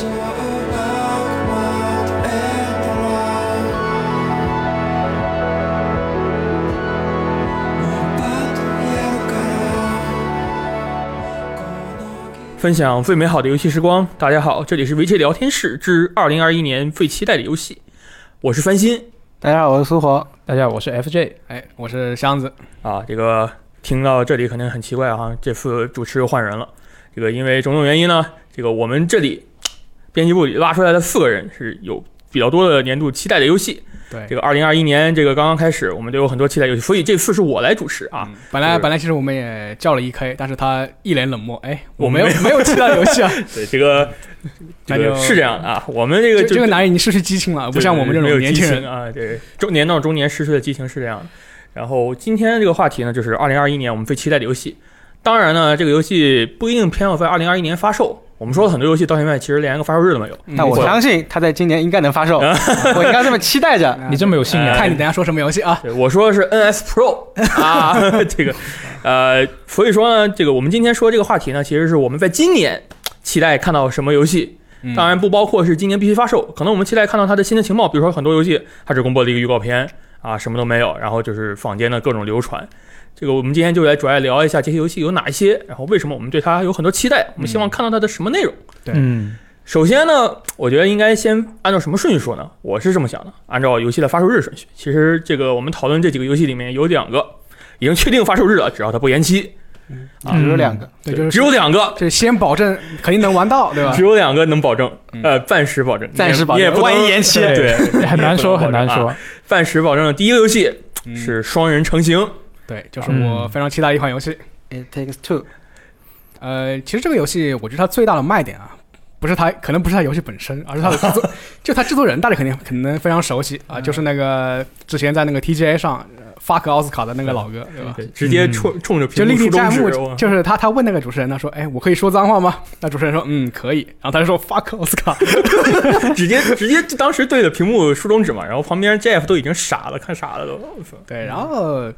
分享最美好的游戏时光。大家好，这里是围棋聊天室之2021年最期待的游戏，我是翻新。 大家好，我是苏活。 大家好，我是 FJ。 我是箱子。 这个听到这里肯定很奇怪啊，这次主持又换人了。这个因为种种原因呢，这个我们这里编辑部里拉出来的4个人是有比较多的年度期待的游戏。 对， 这个2021年这个刚刚开始，我们都有很多期待游戏，所以这次是我来主持啊。 本来其实我们也叫了EK，但是他一脸冷漠，我没有期待游戏啊。 对，这个是这样的啊，我们这个男人已经失去激情了，不像我们这种年轻人啊。对，年到中年失去的激情是这样的。然后今天这个话题呢，就是2021年我们最期待的游戏。当然呢，这个游戏不一定偏要在2021年发售。我们说了很多游戏到现在其实连个发售日都没有， 但我相信它在今年应该能发售，我应该这么期待着。 你这么有信仰， 看你等下说什么游戏啊？ 我说的是 NS Pro 啊，这个所以说呢，这个我们今天说这个话题呢，其实是我们在今年期待看到什么游戏。当然不包括是今年必须发售，可能我们期待看到它的新的情报，比如说很多游戏它只公布了一个预告片啊，什么都没有，然后就是坊间的各种流传。这个我们今天就来主要聊一下这些游戏有哪一些，然后为什么我们对它有很多期待，我们希望看到它的什么内容。 对， 首先呢，我觉得应该先按照什么顺序说呢？我是这么想的，按照游戏的发售日顺序。其实这个我们讨论这几个游戏里面有2个已经确定发售日了，只要它不延期。 只有2个， 对，就是只有2个， 这先保证肯定能玩到，对吧？ 只有2个能保证，暂时保证，也不万一延期， 对， 很难说，很难说。 暂时保证的第一个游戏是双人成行。 对，就是我非常期待的一款游戏。 It Takes Two。 其实这个游戏，我觉得它最大的卖点啊，可能不是它游戏本身，而是它的制作，就它制作人，大家可能非常熟悉啊，就是那个之前在那个 TGA 上fuck 奥斯卡的那个老哥，对吧？ 对，直接冲着就屏幕立弹幕， 竖就是他问那个主持人，他说：“我可以说脏话吗？”那主持人说：“可以。”然后他就说 fuck 奥斯卡， 直接当时对着屏幕竖中指嘛，然后旁边 Jeff 都已经傻了，看傻了都。 对，然后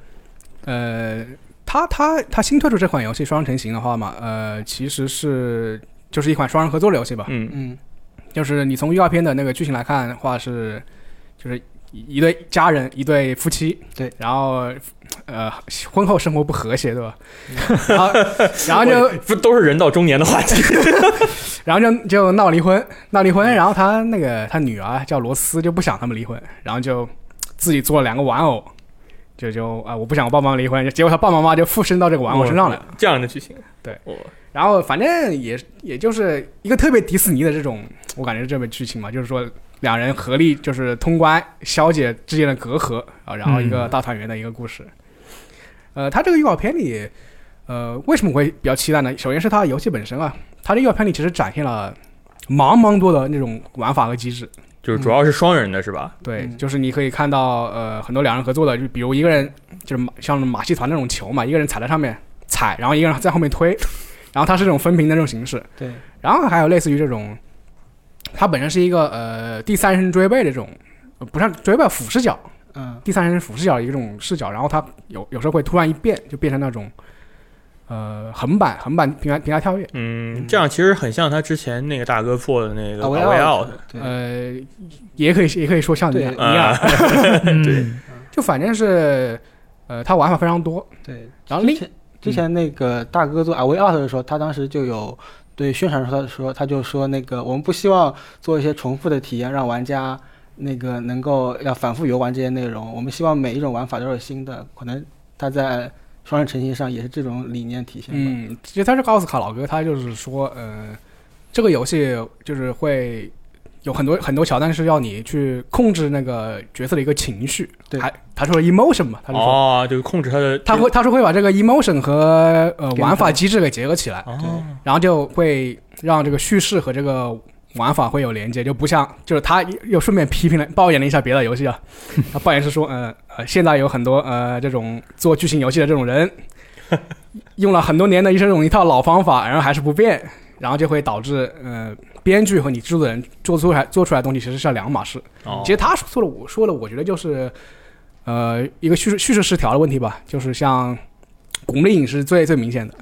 他新推出这款游戏《双人成行》的话嘛，其实就是一款双人合作的游戏吧。就是你从预告片的那个剧情来看的话就是一对家人，一对夫妻， 对， 然后婚后生活不和谐，对吧？然后就不都是人到中年的话题， 然后就闹离婚，然后他女儿叫罗斯就不想他们离婚，然后就自己做了2个玩偶，我不想我爸妈离婚，结果他爸爸妈妈就附身到这个玩偶身上了， 这样的剧情， 对。然后反正也就是一个特别迪士尼的这种，我感觉是这个剧情嘛，就是说2人合力就是通关消解之间的隔阂啊，然后一个大团圆的一个故事。他这个预告片里，为什么我会比较期待呢？首先是他的游戏本身啊，他的预告片里其实展现了茫茫多的那种玩法和机制， 就是主要是双人的是吧？ 对，就是你可以看到很多2人合作的，就比如一个人就是像马戏团那种球嘛，一个人踩在上面踩，然后一个人在后面推。然后它是这种分屏的这种形式， 对。然后还有类似于这种，它本身是一个第三人追背的这种，不是追背俯视角，第三人俯视角的一种视角，然后它有时候会突然一变，就变成那种横版平台跳跃， 这样其实很像他之前那个大哥做的那个 Way Out， 也可以说像你一样， 对， 就反正是它玩法非常多， 对。 然后之前那个大哥做 Way Out 的时候，他当时就有对宣传他就说那个我们不希望做一些重复的体验，让玩家那个能够要反复游玩这些内容，我们希望每一种玩法都是新的。可能他在双人成行上也是这种理念体现吧。 其实他这个奥斯卡老哥，他就是说这个游戏就是会有很多桥段是要你去控制那个角色的一个情绪， 对， 他说 emotion 嘛，他就说就是控制他的， 他说会把这个 emotion 和玩法机制给结合起来，然后就会让这个叙事和这个玩法会有连接，就不像就是他又顺便抱怨了一下别的游戏啊，他抱怨是说现在有很多这种做剧情游戏的这种人用了很多年的这种一套老方法，然后还是不变，然后就会导致编剧和你制作人做出来的东西其实是两码事。其实他说的我觉得就是一个叙事失调的问题吧，就是像巩俐影是最明显的，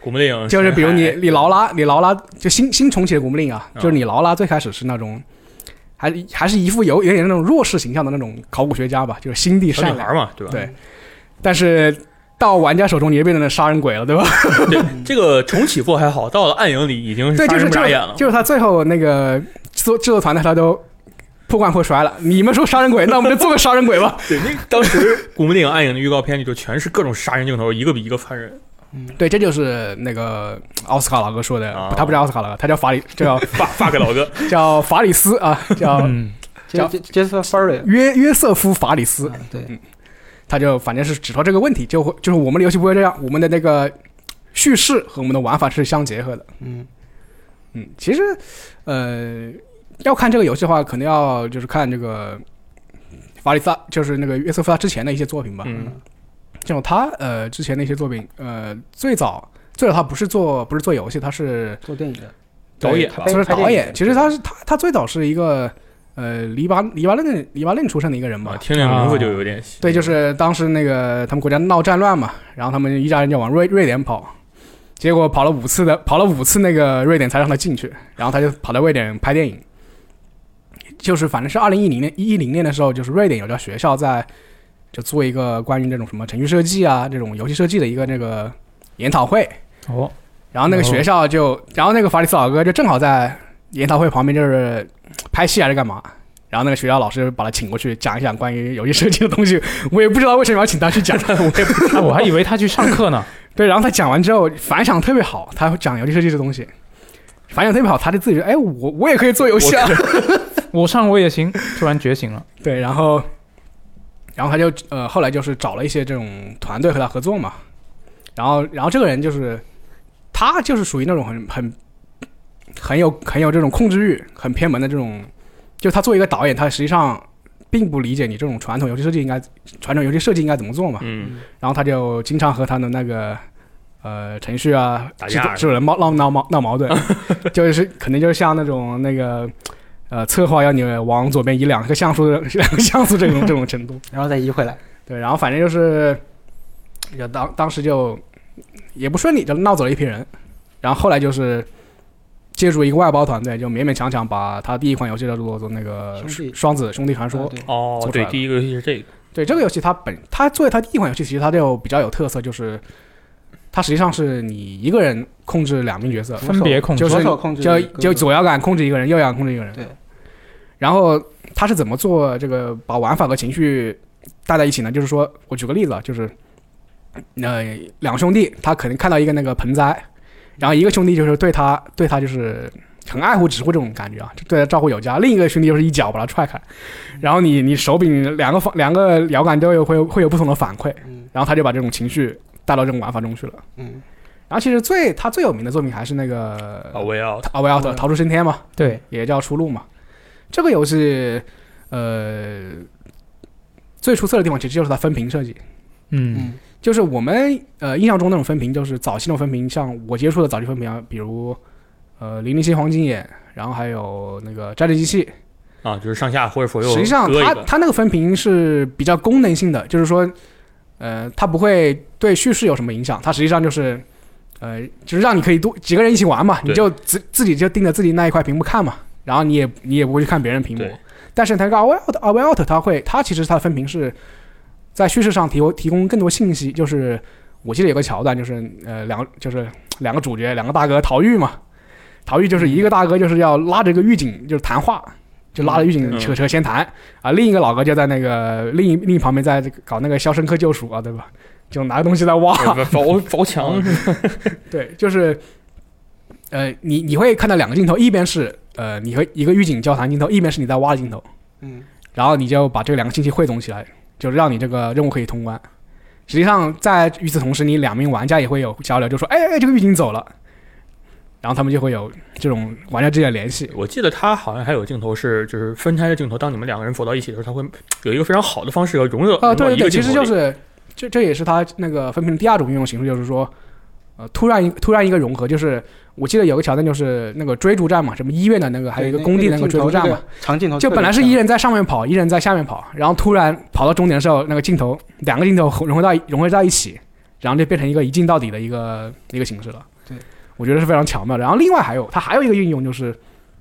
古墓丽影就是比如深海你劳拉就新重启的古墓丽影啊，就是你劳拉最开始是那种还是一副有点那种弱势形象的那种考古学家吧，就是心地小善良女孩嘛，对吧？ 对，但是到玩家手中你就变成了杀人鬼了，对吧？ 对，这个重启过还好，到了暗影里已经是对， 杀就是人不眨眼了。 就是他最后那个制作团队他都破罐破摔了。你们说杀人鬼，那我们就做个杀人鬼吧。 对，那当时古墓丽影暗影的预告片里就全是各种杀人镜头，一个比一个残忍。 对，这就是那个奥斯卡老哥说的， 啊他不叫奥斯卡老哥，他叫叫发给老哥， 叫法里斯啊，叫杰斯法瑞约瑟夫法里斯。 对， 他就反正是指出这个问题，就是我们的游戏不会这样，我们的那个叙事和我们的玩法是相结合的。其实要看这个游戏的话，可能要就是看这个法里萨，就是那个约瑟夫他之前的一些作品吧。这种他之前的一些作品，最早他不是做游戏，他是做电影的导演吧， 他是导演。其实他最早是一个黎巴嫩出身的一个人嘛。 听这名字就有点对，就是当时那个他们国家闹战乱嘛，然后他们一家人就往瑞典跑，结果跑了5次那个瑞典才让他进去，然后他就跑到瑞典拍电影。就是反正是2010年的时候，就是瑞典有家学校就做一个关于这种什么程序设计啊这种游戏设计的一个那个研讨会。然后那个学校然后那个法里斯老哥就正好在研讨会旁边，就是拍戏还是干嘛，然后那个学校老师把他请过去讲一讲关于游戏设计的东西，我也不知道为什么要请他去讲， 我还以为他去上课呢。 对，然后他讲完之后反响特别好，他讲游戏设计的东西反响特别好，他就自己觉得我也可以做游戏啊， 我上我也行，突然觉醒了。 对，然后他就后来就是找了一些这种团队和他合作嘛，然后这个人就是他就是属于那种很有这种控制欲，很偏门的这种，就他作为一个导演，他实际上并不理解你这种传统游戏设计应该怎么做嘛。然后他就经常和他的那个程序啊打架， 制作人闹矛盾，就是可能就是像那种那个策划要你往左边移2个像素这种程度， 然后再移回来。 对，然后反正就是当时就也不顺利，就闹走了一批人。然后后来就是借助一个外包团队，就勉勉强强把他第一款游戏叫做那个双子兄弟传说。 对，第一个游戏是这个。 对，这个游戏它作为它第一款游戏，其实它就比较有特色，就是它实际上是你一个人控制2名角色， 分别控制， 就左摇杆控制一个人，右摇杆控制一个人。 对。 然后他是怎么做这个把玩法和情绪带在一起呢？就是说我举个例子啊，就是2兄弟他可能看到一个那个盆栽，然后一个兄弟就是对他就是很爱护直呼这种感觉啊，就对他照顾有加，另一个兄弟就是一脚把他踹开，然后你手柄两个摇杆都会有不同的反馈，然后他就把这种情绪带到这种玩法中去了。然后其实他最有名的作品还是那个 《Away Out》 逃出升天嘛， 对， 也叫出路嘛。这个游戏最出色的地方其实就是它分屏设计。就是我们印象中那种分屏，就是早期那种分屏，像我接触的早期分屏啊，比如007黄金眼，然后还有那个战争机器啊，就是上下或者左右。 实际上它那个分屏是比较功能性的，就是说它不会对叙事有什么影响，它实际上就是就是让你可以几个人一起玩嘛，你就自己就盯着自己那一块屏幕看嘛，然后你也不会去看别人屏幕。但是它这个 Away Out 它其实它的分屏是在叙事上提供更多信息，就是我记得有个桥段，就是两个主角2个大哥逃狱嘛，逃狱就是一个大哥就是要拉着一个狱警就是谈话，就拉着狱警扯闲谈啊，另一个老哥就在那个另一旁边在搞那个肖申克救赎啊，对吧？就拿个东西在挖凿墙对，就是你会看到2个镜头，一边是你和一个狱警交谈镜头，一边是你在挖的镜头。然后你就把这2个信息汇总起来，就是让你这个任务可以通关。实际上在与此同时，你2名玩家也会有交流，就说这个狱警走了，然后他们就会有这种玩家之间的联系。 我记得他好像还有镜头是就是分开的镜头，当你们2个人走到一起的时候，他会有一个非常好的方式要融入到对，其实就是这也是他那个分屏的第2种运用形式，就是说突然一个融合，就是我记得有个桥段就是那个追逐战嘛，什么医院的那个，还有一个工地那个追逐战嘛， 长镜头就本来是一人在上面跑，一人在下面跑，然后突然跑到终点的时候，那个2个镜头融合在一起，然后就变成一个一镜到底的一个形式了。 对， 我觉得是非常巧妙的。然后另外它还有一个运用就是，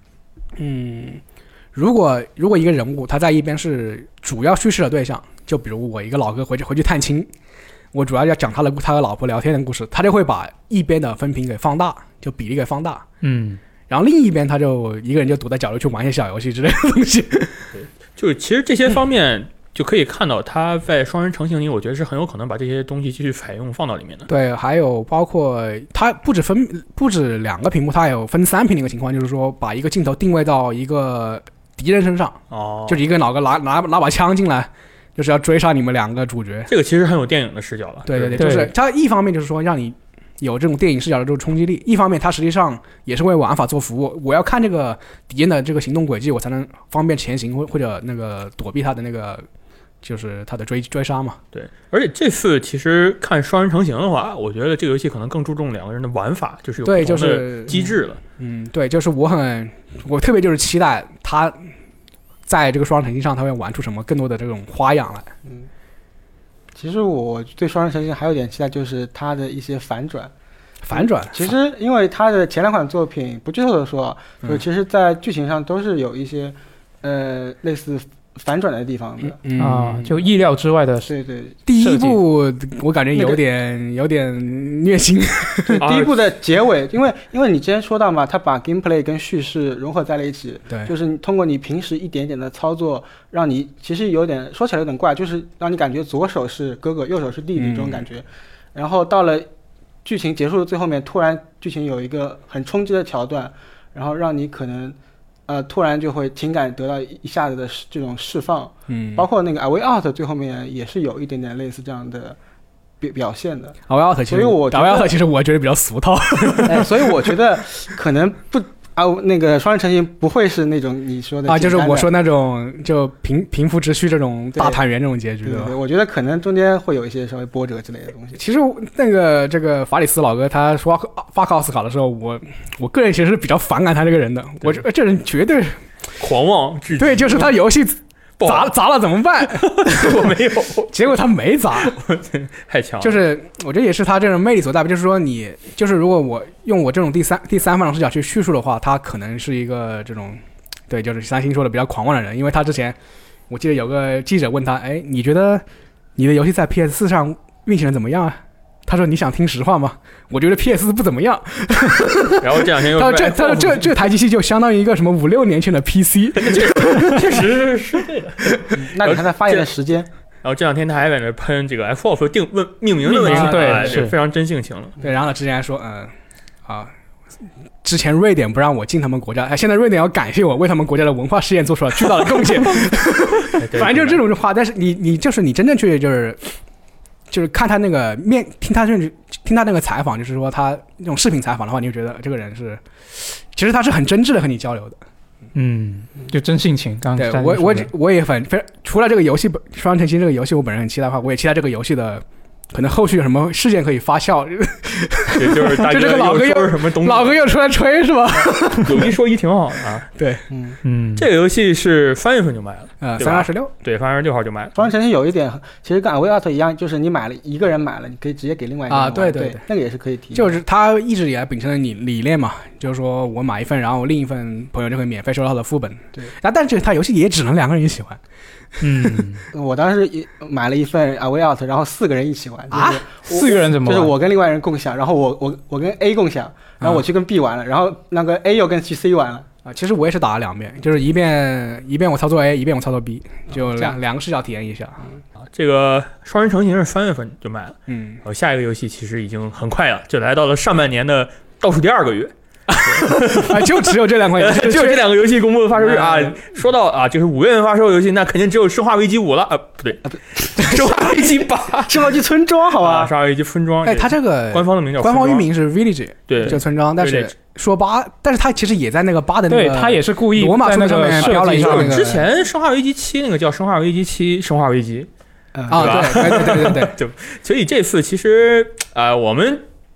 如果一个人物他在一边是主要叙事的对象，就比如我一个老哥回去探亲，我主要要讲他和老婆聊天的故事，他就会把一边的分屏给放大，就比例给放大。然后另一边他就一个人就躲在角落去玩一些小游戏之类的东西。 就是其实这些方面就可以看到他在双人成型里，我觉得是很有可能把这些东西继续采用放到里面的。 对，还有包括它不止2个屏幕，它还有分3屏的一个情况，就是说把一个镜头定位到一个敌人身上，就是一个老哥拿把枪进来，就是要追杀你们2个主角。 这个其实很有电影的视角了。 对，就是它一方面就是说让你有这种电影视角的这种冲击力，一方面它实际上也是为玩法做服务。我要看这个敌人的这个行动轨迹，我才能方便前行或者那个躲避他的那个就是他的追杀嘛。对， 而且这次其实看双人成型的话，我觉得这个游戏可能更注重2个人的玩法，就是有不同的机制了。 对，就是我特别就是期待他在这个双人成型上他会玩出什么更多的这种花样来。 其实我对双人成型还有点期待，就是它的一些反转。其实因为它的前2款作品不剧透的说，就其实在剧情上都是有一些类似反转的地方的。 就意料之外的。 对， 第一部我感觉有点虐心。 第一部的结尾，因为你之前说到嘛，他把 gameplay 跟叙事融合在了一起， 对， 就是你通过你平时一点点的操作，让你其实说起来有点怪，就是让你感觉左手是哥哥，右手是弟弟这种感觉。然后到了剧情结束的最后面，突然剧情有一个很冲击的桥段，然后让你可能突然就会情感得到一下子的这种释放。包括那个 A Way Out 最后面也是有一点点类似这样的表现的。 A Way Out 其实我觉得比较俗套。 所以我觉得可能不那个双人成型不会是那种你说的就是我说那种就平铺直叙这种大团圆这种结局。 对，我觉得可能中间会有一些稍微波折之类的东西。 其实这个法里斯老哥他说发克奥斯卡的时候，我个人其实是比较反感他这个人的。我这人绝对狂妄至极。 对，就是他游戏砸了怎么办？ 我没有， 结果他没砸， 太强了。 就是我觉得也是他这种魅力所在，就是说你就是如果我用我这种第三方视角去叙述的话，他可能是一个这种对，就是三星说的比较狂妄的人。因为他之前我记得有个记者问他，你觉得你的游戏在 PS4 上运行的怎么样啊？他说：“你想听实话吗？我觉得 PS4 不怎么样。” 然后这2天又他说这台机器就相当于一个什么5-6年前的 PC， 确实是对的。 那你看他发言的时间。 然后这2天他还在那喷这个 F-Wolf 命名的问题， 对， 是非常真性情了。 对，然后他之前还说，之前瑞典不让我进他们国家，现在瑞典要感谢我，为他们国家的文化试验做出了巨大的贡献。反正就是这种话，但是你就是你真正去就是看他那个听他那个采访，就是说他那种视频采访的话，你就觉得这个人是，其实他是很真挚的和你交流的。 就真性情。 对，我也除了这个游戏双人成型这个游戏我本人很期待的话，我也期待这个游戏的可能后续有什么事件可以发酵。 就是大就这个老哥又什么东西， 老哥又出来吹是吧？ 有一说一挺好的啊。 对， 这个游戏是3月份就卖了 ，3月 26， 对，3月6号就卖了。 双人成型有一点，其实跟 A Way Out 一样，就是你买了一个人买了，你可以直接给另外一个人玩。对，那个也是可以提。 就是他一直以来秉承的理念嘛，就是说我买一份，然后另一份朋友就可以免费收到他的副本。 对， 但是他游戏也只能2个人一起玩。 我当时买了一份 A Way Out， 然后4个人一起玩。 4个人怎么玩？ 就是我跟另外人共享，然后我跟 A 共享，然后我去跟 B 玩了，然后那个 A 又跟去 C 玩了。 其实我也是打了2遍，就是一遍我操作 A， 一遍我操作 B， 就两个视角体验一下。 这个双人成型是3月份就卖了，下一个游戏其实已经很快了，就来到了上半年的倒数第2个月。 就只有这2款游戏， 就这2个游戏公布的发售日啊。说到就是5月份发售的游戏，那肯定只有《生化危机5》了不对，《生化危机8》， 《生化危机村庄》好吧， 《生化危机村庄》。 它这个官方的名叫官方域名是 Village， 对， 就村庄，但是说8，但是它其实也在那个8的那个， 对，它也是故意罗马数上面标了一个。 之前《生化危机7》那个叫《生化危机7：生化危机》。 对， 就所以这次其实我们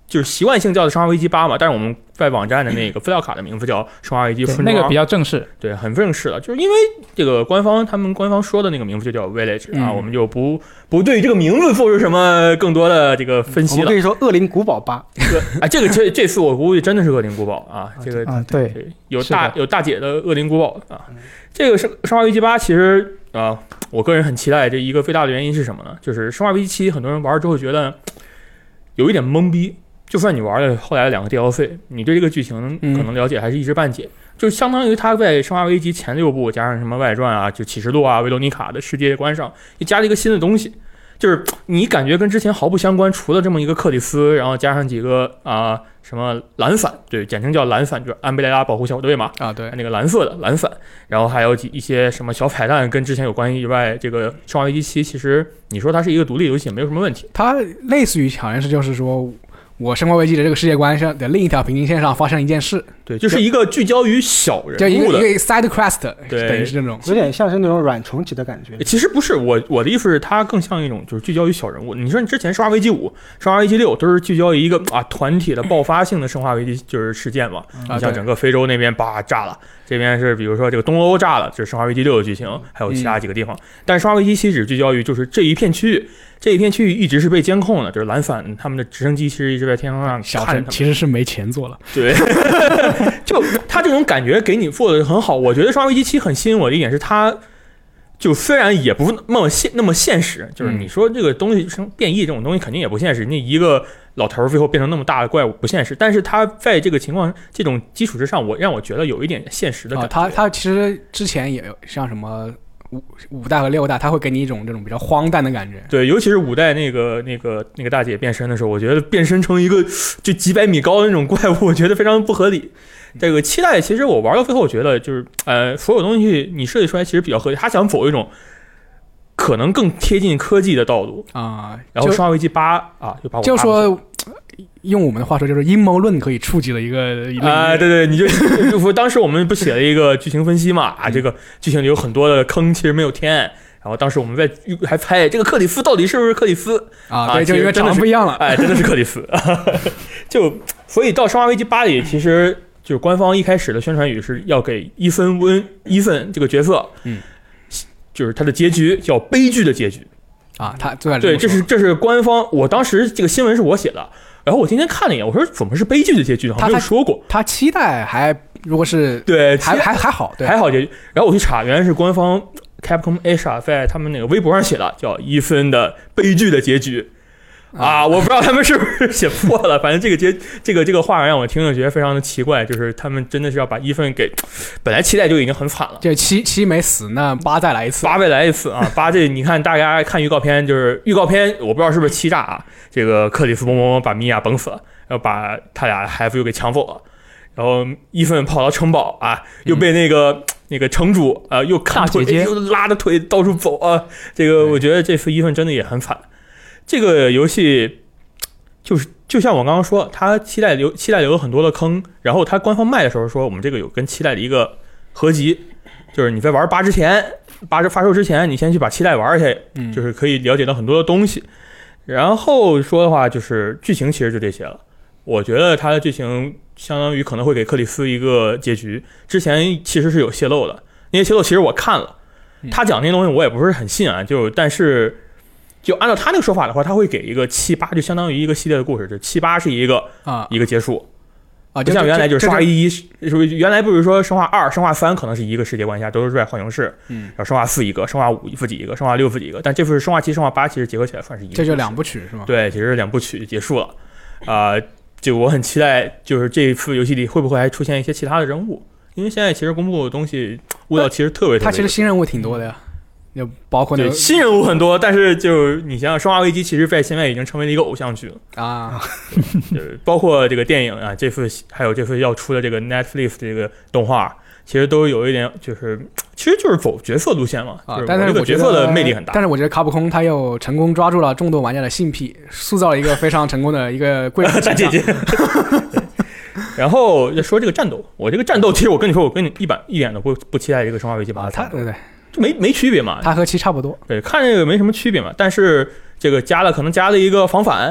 就是习惯性叫的《生化危机8》嘛，但是我们在网站的那个资料卡的名字叫《生化危机》， 那个比较正式， 对，很正式了。就是因为这个他们官方说的那个名字就叫 Village 啊，我们就不对这个名字做出什么更多的这个分析了。 我可以说《恶灵古堡8》 这次我估计真的是恶灵古堡啊，这个对， 有大姐的恶灵古堡啊。这个生化危机8其实我个人很期待。这一个最大的原因是什么呢？就是生化危机7，很多人玩之后觉得有一点懵逼。就算你玩了后来的2个 DLC， 你对这个剧情可能了解还是一知半解，就相当于他在《生化危机》前6部加上什么外传啊，就启示录啊、维罗妮卡的世界观上又加了一个新的东西，就是你感觉跟之前毫不相关，除了这么一个克里斯，然后加上几个什么蓝反，对，简称叫蓝反，就是安贝雷拉保护小队嘛， 对， 那个蓝色的蓝反，然后还有一些什么小彩蛋跟之前有关系以外，这个《生化危机7》其实你说它是一个独立游戏也没有什么问题， 它类似于好像是就是说。我生化危机的这个世界观上的另一条平行线上发生一件事， 对，就是一个聚焦于小人物的， 就一个 side quest， 对， 等于是这种， 有点像是那种软重启的感觉。 其实不是，我的意思是，它更像一种就是聚焦于小人物。你说你之前生化危机5、生化危机6都是聚焦于一个团体的爆发性的生化危机就是事件嘛，你像整个非洲那边炸了，这边是比如说这个东欧炸了，这是生化危机6的剧情，还有其他几个地方。但是生化危机7只聚焦于就是这一片区域。这一片区域一直是被监控的，就是蓝反他们的直升机其实一直在天空上看着他们， 其实是没钱做了。 对，就他这种感觉给你做的很好。我觉得《生化危机7》很吸引我的一点是，它就虽然也不那么现实，就是你说这个东西变异这种东西肯定也不现实，那一个老头最后变成那么大的怪物不现实，但是他在这个情况这种基础之上，让我觉得有一点现实的感觉。 他其实之前也有像什么。5代和6代，它会给你一种这种比较荒诞的感觉。 对，尤其是5代那个大姐变身的时候，我觉得变身成一个就几百米高的那种怪物，我觉得非常不合理。这个7代其实我玩到最后，我觉得就是所有东西你设计出来其实比较合理，他想走一种可能更贴近科技的道路啊。 然后《生化危机8》 就说。用我们的话说，就是阴谋论可以触及的一个对，你就当时我们不写了一个剧情分析嘛这个剧情里有很多的坑，其实没有填。然后当时我们还猜这个克里斯到底是不是克里斯对，就因为长得不一样了， 真的是克里斯。所以到《生化危机8》里，其实就是官方一开始的宣传语是要给伊芬这个角色，就是他的结局叫悲剧的结局他最对，这是官方。我当时这个新闻是我写的。然后我今天看了一眼，我说怎么是悲剧的结局？好像没有说过。 他期待还如果是对还好，对还好结局。然后我去查，原来是官方 Capcom Asia 在他们那个微博上写的，叫伊芬的悲剧的结局我不知道他们是不是写错了，反正这个话让我听了觉得非常的奇怪，就是他们真的是要把伊芬给本来期待就已经很惨了， 这7没死，那8再来一次 ，8再来一次8这你看大家看预告片，就是预告片我不知道是不是欺诈这个克里斯嘣把米娅崩死了，然后把他俩孩子又给抢走了，然后伊芬跑到城堡又被那个城主又看腿又拉着腿到处走这个我觉得这次伊芬真的也很惨。这个游戏就像我刚刚说，他期待留了很多的坑，然后他官方卖的时候说我们这个有跟7代的一个合集，就是你在玩8之前，8发售之前，你先去把7代玩去，就是可以了解到很多的东西。然后说的话就是剧情其实就这些了，我觉得他的剧情相当于可能会给克里斯一个结局，之前其实是有泄露的，那些泄露其实我看了，他讲那些东西我也不是很信但是就按照他那个说法的话，他会给一个7、8，就相当于一个系列的故事，就7、8是一个结束不像原来就是生化1，原来不是说生化2、生化3可能是一个世界观下都是在浣熊市，然后生化4一个，生化5自己一个，生化6自己一个，但这次是生化7、生化8其实结合起来算是一个， 这就2部曲是吗？ 对，其实是2部曲结束了就我很期待，就是这一次游戏里会不会还出现一些其他的人物，因为现在其实公布的东西物料其实特别它其实新任务挺多的呀。就包括那个新人物很多，但是就你想想，《生化危机》其实在现在已经成为了一个偶像剧了包括这个电影这次还有这次要出的这个 Netflix 这个动画，其实都有一点其实就是走角色路线嘛但是这个角色的魅力很大。 但是我觉得卡普空他又成功抓住了众多玩家的性癖，塑造了一个非常成功的一个贵族大姐姐。然后说这个战斗，我这个战斗其实我跟你说，我跟你一点都不期待这个《生化危机8》 对。 没区别嘛， 它和7差不多， 对，看这个没什么区别嘛。但是这个可能加了一个防反，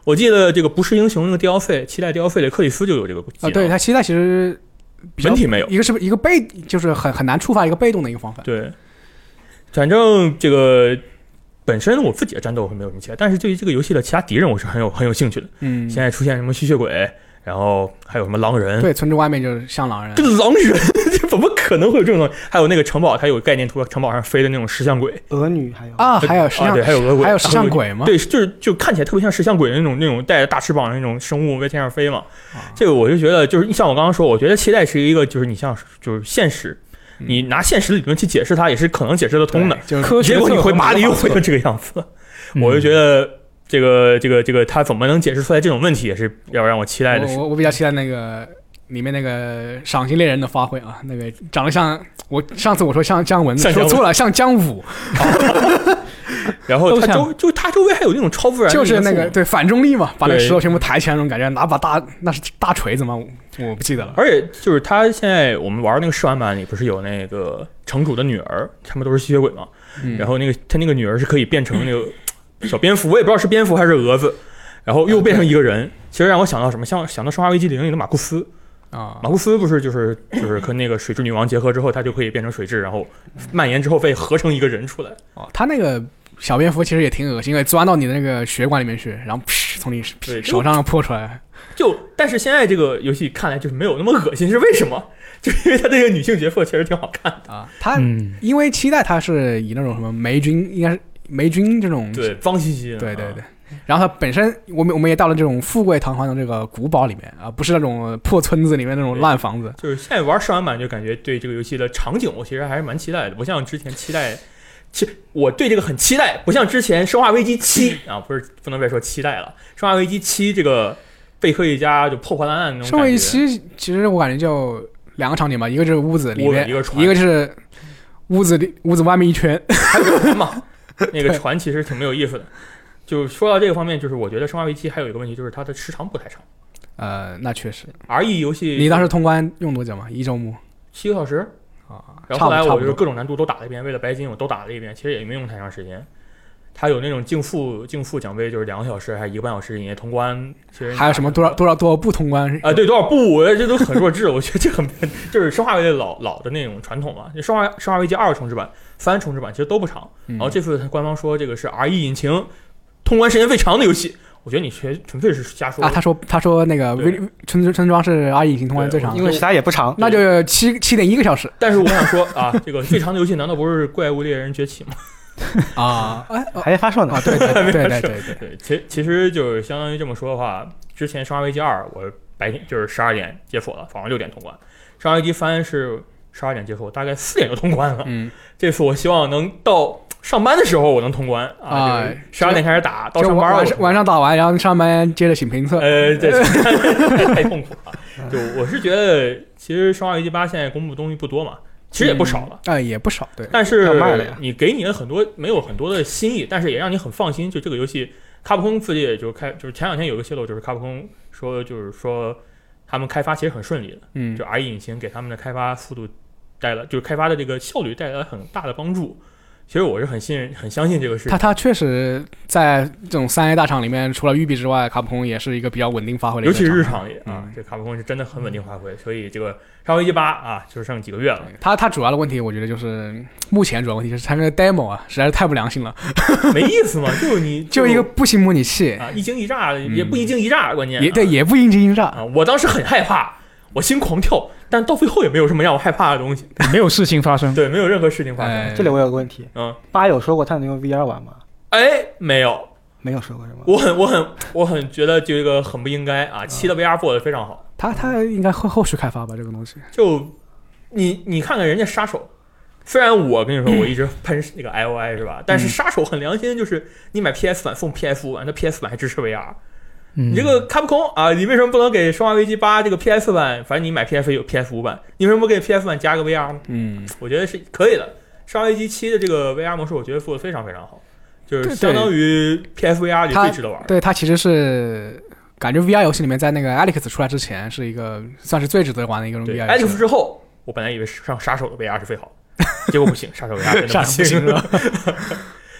我记得这个不是英雄那个DLC，期待 DLC 里克里斯就有这个技能对，他期待其实本体没有， 一个是一个被，就是很难触发一个被动的一个方法。 对，反正这个本身我自己的战斗是没有什么期待，但是对于这个游戏的其他敌人我是很有兴趣的。现在出现什么吸血鬼，然后还有什么狼人， 对，村子外面就是像狼人。 这狼人这怎么可能会有这种东西？还有那个城堡，它有概念图，城堡上飞的那种石像鬼， 鹅女还有还有石像， 对，还有鹅鬼， 还有石像鬼吗？ 对，就看起来特别像石像鬼的那种带着大翅膀的那种生物在天上飞嘛。这个我就觉得就是像我刚刚说，我觉得期待是一个就是你像就是现实。你拿现实理论去解释它，也是可能解释得通的。 就是结果你会把理又会成这个样子，我就觉得这个他怎么能解释出来这种问题，也是要让我期待的。 我比较期待那个里面那个赏心猎人的发挥啊，那个长得像我上次我说像姜文，说错了，像姜武。 然后他周围还有那种超自然， 就是那个对反重力嘛，把那个石头全部抬起来那种感觉，拿把那是大锤子吗？我不记得了。 而且就是他现在我们玩那个试玩版里不是有那个城主的女儿，他们都是吸血鬼嘛，然后他那个女儿是可以变成那个小蝙蝠，我也不知道是蝙蝠还是蛾子，然后又变成一个人。其实让我想到什么，想到《生化危机0》里的马库斯。马库斯不是就是跟那个水质女王结合之后，他就可以变成水质，然后蔓延之后被合成一个人出来。 他那个小蝙蝠其实也挺恶心，因为钻到你的那个血管里面去，然后从你手上破出来。 但是现在这个游戏看来就是没有那么恶心，是为什么？就是因为他这个女性角色确实挺好看的啊。他因为期待他是以那种什么霉菌，应该是霉菌这种对脏兮兮的， 对。然后它本身，我们也到了这种富贵堂皇的这个古堡里面啊，不是那种破村子里面那种烂房子。 就是现在玩试玩版就感觉对这个游戏的场景，我其实还是蛮期待的，不像之前期待。其实我对这个很期待，不像之前《生化危机7》啊，不能再说期待了，《生化危机7》这个贝科一家就破破烂烂那种感觉。 生化危机7其实我感觉就两个场景吧，一个就是屋子里面， 一个就是屋子外面一圈， 还有个船嘛。那个船其实挺没有意思的。就说到这个方面，就是我觉得《生化危机》还有一个问题，就是它的时长不太长。 那确实。 RE 游戏， 你当时通关用多久嘛？1周末 ？7个小时啊。 然后后来我就是各种难度都打了一遍，为了白金我都打了一遍，其实也没用太长时间。它有那种竞速奖杯，就是2个小时还是1个半小时以内通关。其实还有什么多少步通关啊？对，多少步，这都很弱智。我觉得这很就是生化危机老的那种传统嘛。生化危机2重置版、3重置版其实都不长。然后这次官方说这个是 RE 引擎通关时间最长的游戏。我觉得你纯粹是瞎说啊！他说那个村庄是RE引擎通关最长， 因为其他也不长， 那就7.1个小时。 但是我想说啊，这个最长的游戏难道不是怪物猎人崛起吗？ 啊， 还在发售呢。 对， 其实就是相当于这么说的话，之前《生化危机2》我白天就是12点解锁了，早上6点通关；《生化危机3》是12点解锁，大概4点就通关了。这次我希望能到上班的时候我能通关啊！12点开始打，到上班晚上打完，然后上班接着写评测。 这太痛苦了。就我是觉得，其实《生化危机8》现在公布的东西不多嘛。其实也不少了， 也不少，对。 但是你给你了很多，没有很多的新意，但是也让你很放心。就这个游戏，卡普空自己也就是前两天有个泄露，就是卡普空说，就是说他们开发其实很顺利的，就 RE 引擎给他们的开发速度就是开发的这个效率带来了很大的帮助。其实我是很相信这个事情。 他确实在这种3A 大厂里面，除了育碧之外，卡普空也是一个比较稳定发挥的一个厂， 尤其是日常里这卡普空是真的很稳定发挥。所以这个《生化危机8》就是剩几个月了。 他主要的问题，我觉得就是目前主要问题就是他那个 demo 实在是太不良心了， 没意思嘛，就是你就一个步行模拟器一惊一乍，也不一惊一乍，关键也不一惊一乍我当时很害怕，我心狂跳。但到最后也没有什么让我害怕的东西， 没有事情发生。 对，没有任何事情发生。 这里我有个问题，8有说过他能用 VR 玩吗？ 没有说过是吗？ 我很觉得这个很不应该啊！7的 VR 做的非常好， 他应该后续开发吧这个东西。 就你看看人家杀手，虽然我跟你说我一直喷那个 IOI 是吧？但是杀手很良心，就是你买 PS 版送 PS5版，那 PS 版还支持 VR。你这个卡普空你为什么不能给《生化危机8》这个 PS 版？反正你买 PS 有 PS5版，你为什么不给 PS 版加个 VR 呢？我觉得是可以的。《生化危机7》的这个 VR 模式，我觉得做的非常非常好，就是相当于 PSVR 里最值得玩。 对，它其实是感觉 VR 游戏里面，在那个 Alex 出来之前，是一个算是最值得玩的一个 VR 游戏。 Alex 之后，我本来以为上杀手的 VR 是最好的，结果不行，杀手 VR 真的不行。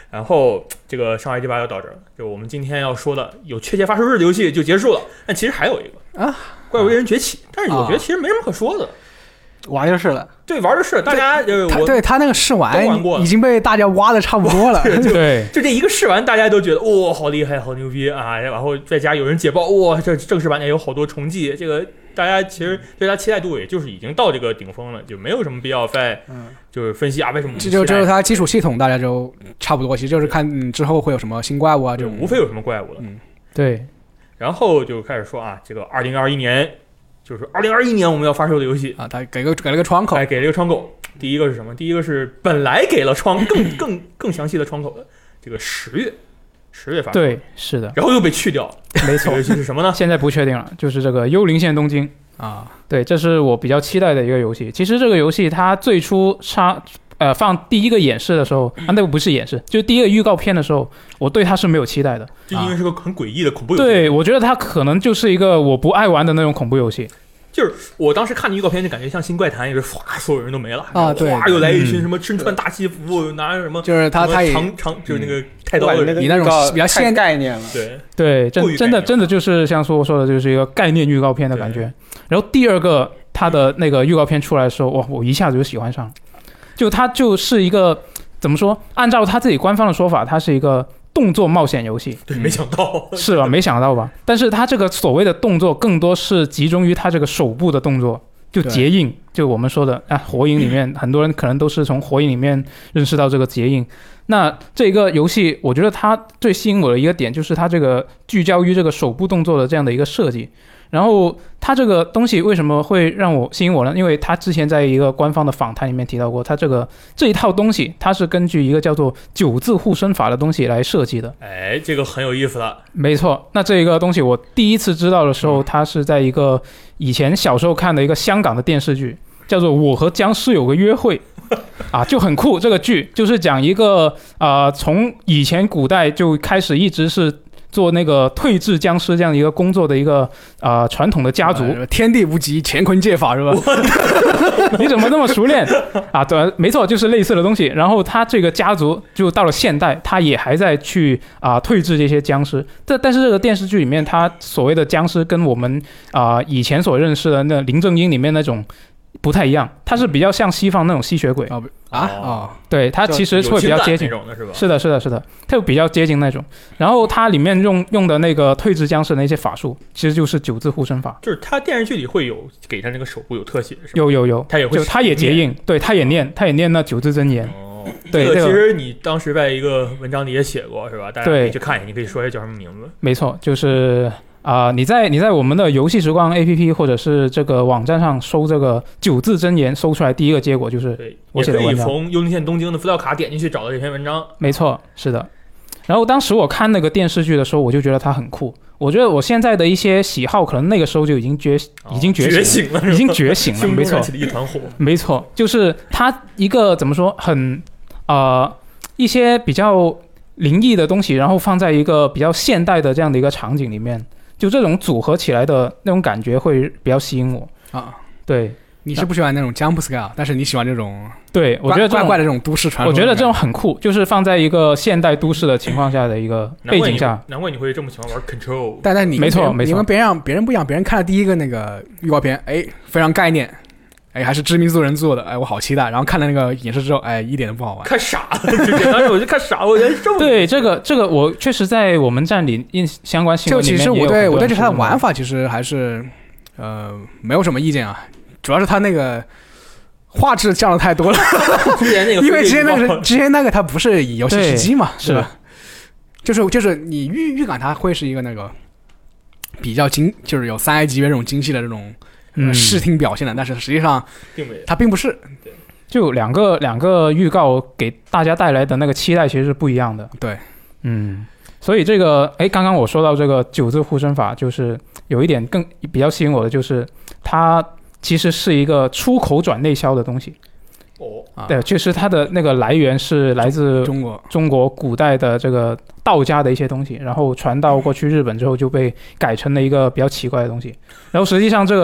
然后这个上海第8就到这儿了，就我们今天要说的有确切发售日的游戏就结束了。但其实还有一个啊， 怪物猎人崛起，但是我觉得其实没什么可说的。 玩就是了， 对，玩就是大家他那个试玩玩过已经被大家挖的差不多了。 对， 就这一个试玩，大家都觉得哇、好厉害，好牛逼啊！然后再加有人解爆，哇，这正式版也有好多重计，这个大家其实对它期待度也就是已经到这个顶峰了，就没有什么必要再就是分析啊为什么就是它基础系统大家就差不多，其实就是看之后会有什么新怪物啊， 就无非有什么怪物了。 对， 然后就开始说啊，这个2021年。就是2021年我们要发售的游戏啊，他给了个窗口， 给了一个窗口。第一个是什么？第一个是本来给了更详细的窗口的这个10月发售， 对，是的， 然后又被去掉了。 没错， 这个游戏是什么呢？ 现在不确定了，就是这个《幽灵线：东京》 啊， 对，这是我比较期待的一个游戏。其实这个游戏它最初放第一个演示的时候，那个不是演示，就是第一个预告片的时候，我对它是没有期待的， 就因为是个很诡异的恐怖游戏。 对，我觉得它可能就是一个我不爱玩的那种恐怖游戏。 就是我当时看的预告片就感觉像新怪谈，就是唰所有人都没了啊，对， 唰又来一群什么身穿大西服，拿着什么， 就是他也就是那个太刀的人， 以那种比较现概念了， 对，真的就是像说的，就是一个概念预告片的感觉。然后第二个他的那个预告片出来的时候，哇，我一下子就喜欢上了。就它就是一个怎么说？按照他自己官方的说法，它是一个动作冒险游戏。 对，没想到是吧？没想到吧？但是它这个所谓的动作，更多是集中于它这个手部的动作，就结印，就我们说的火影里面，很多人可能都是从火影里面认识到这个结印。那这个游戏，我觉得它最吸引我的一个点，就是它这个聚焦于这个手部动作的这样的一个设计。然后它这个东西为什么会让我吸引我呢？因为它之前在一个官方的访谈里面提到过，它这一套东西，它是根据一个叫做9字护身法的东西来设计的。 哎，这个很有意思了。 没错，那这一个东西我第一次知道的时候，它是在一个以前小时候看的一个香港的电视剧，叫做《我和僵尸有个约会》。啊，就很酷。这个剧就是讲一个从以前古代就开始一直是做那个退治僵尸这样一个工作的一个传统的家族， 天地无极，乾坤借法是吧？ 你怎么那么熟练啊？对，没错，就是类似的东西。然后他这个家族就到了现代，他也还在去退治这些僵尸。但是这个电视剧里面，他所谓的僵尸跟我们以前所认识的那林正英里面那种不太一样，它是比较像西方那种吸血鬼对，它其实会比较接近，是的，它就比较接近那种。然后它里面用的那个退治僵尸的那些法术，其实就是9字护身法。 就是它电视剧里会有给它那个手部有特写，是吧？ 有，它也结印，对，它也念那9字真言。 哦， 对， 这个其实你当时在一个文章里也写过，是吧？大家可以去看一下，你可以说一下叫什么名字。 没错，就是你在我们的游戏时光 APP 或者是这个网站上搜这个9字真言，搜出来第一个结果就是我写的文章。 也可以从幽灵线东京的资料卡点进去找到这篇文章。 没错，是的。然后当时我看那个电视剧的时候，我就觉得它很酷。我觉得我现在的一些喜好，可能那个时候就已经觉醒了，已经觉醒了，没错， 一团火。 没错，就是它一个怎么说，很一些比较灵异的东西，然后放在一个比较现代的这样的一个场景里面。就这种组合起来的那种感觉会比较吸引我对， 你是不喜欢那种 jump scare， 但是你喜欢这种对，我觉得怪怪的这种都市传说。 我觉得这种很酷，就是放在一个现代都市的情况下的一个背景下。 难怪你会这么喜欢玩 Control。 但你没错， 你跟别人不一样，别人看了第一个那个预告片，非常概念。还是知名度人做的，我好期待。然后看了那个演示之后，一点都不好玩， 看傻了。当时我就看傻了，我觉得对这个我确实在我们站里相关新闻里面也有很多人说。 我对它的玩法其实还是没有什么意见啊，主要是它那个画质降的太多了。因为之前那个它不是以游戏吃鸡嘛，是吧？就是你预感它会是一个那个比较就是有3A 级别这种精细的这种。视听表现的，但是实际上它并不是。 就两个预告给大家带来的那个期待其实是不一样的。 对， 所以这个刚刚我说到这个9字护身法，就是有一点比较吸引我的，就是它其实是一个出口转内销的东西。对，确实它的那个来源是来自中国古代的这个道家的一些东西，然后传到过去日本之后就被改成了一个比较奇怪的东西。然后实际上这个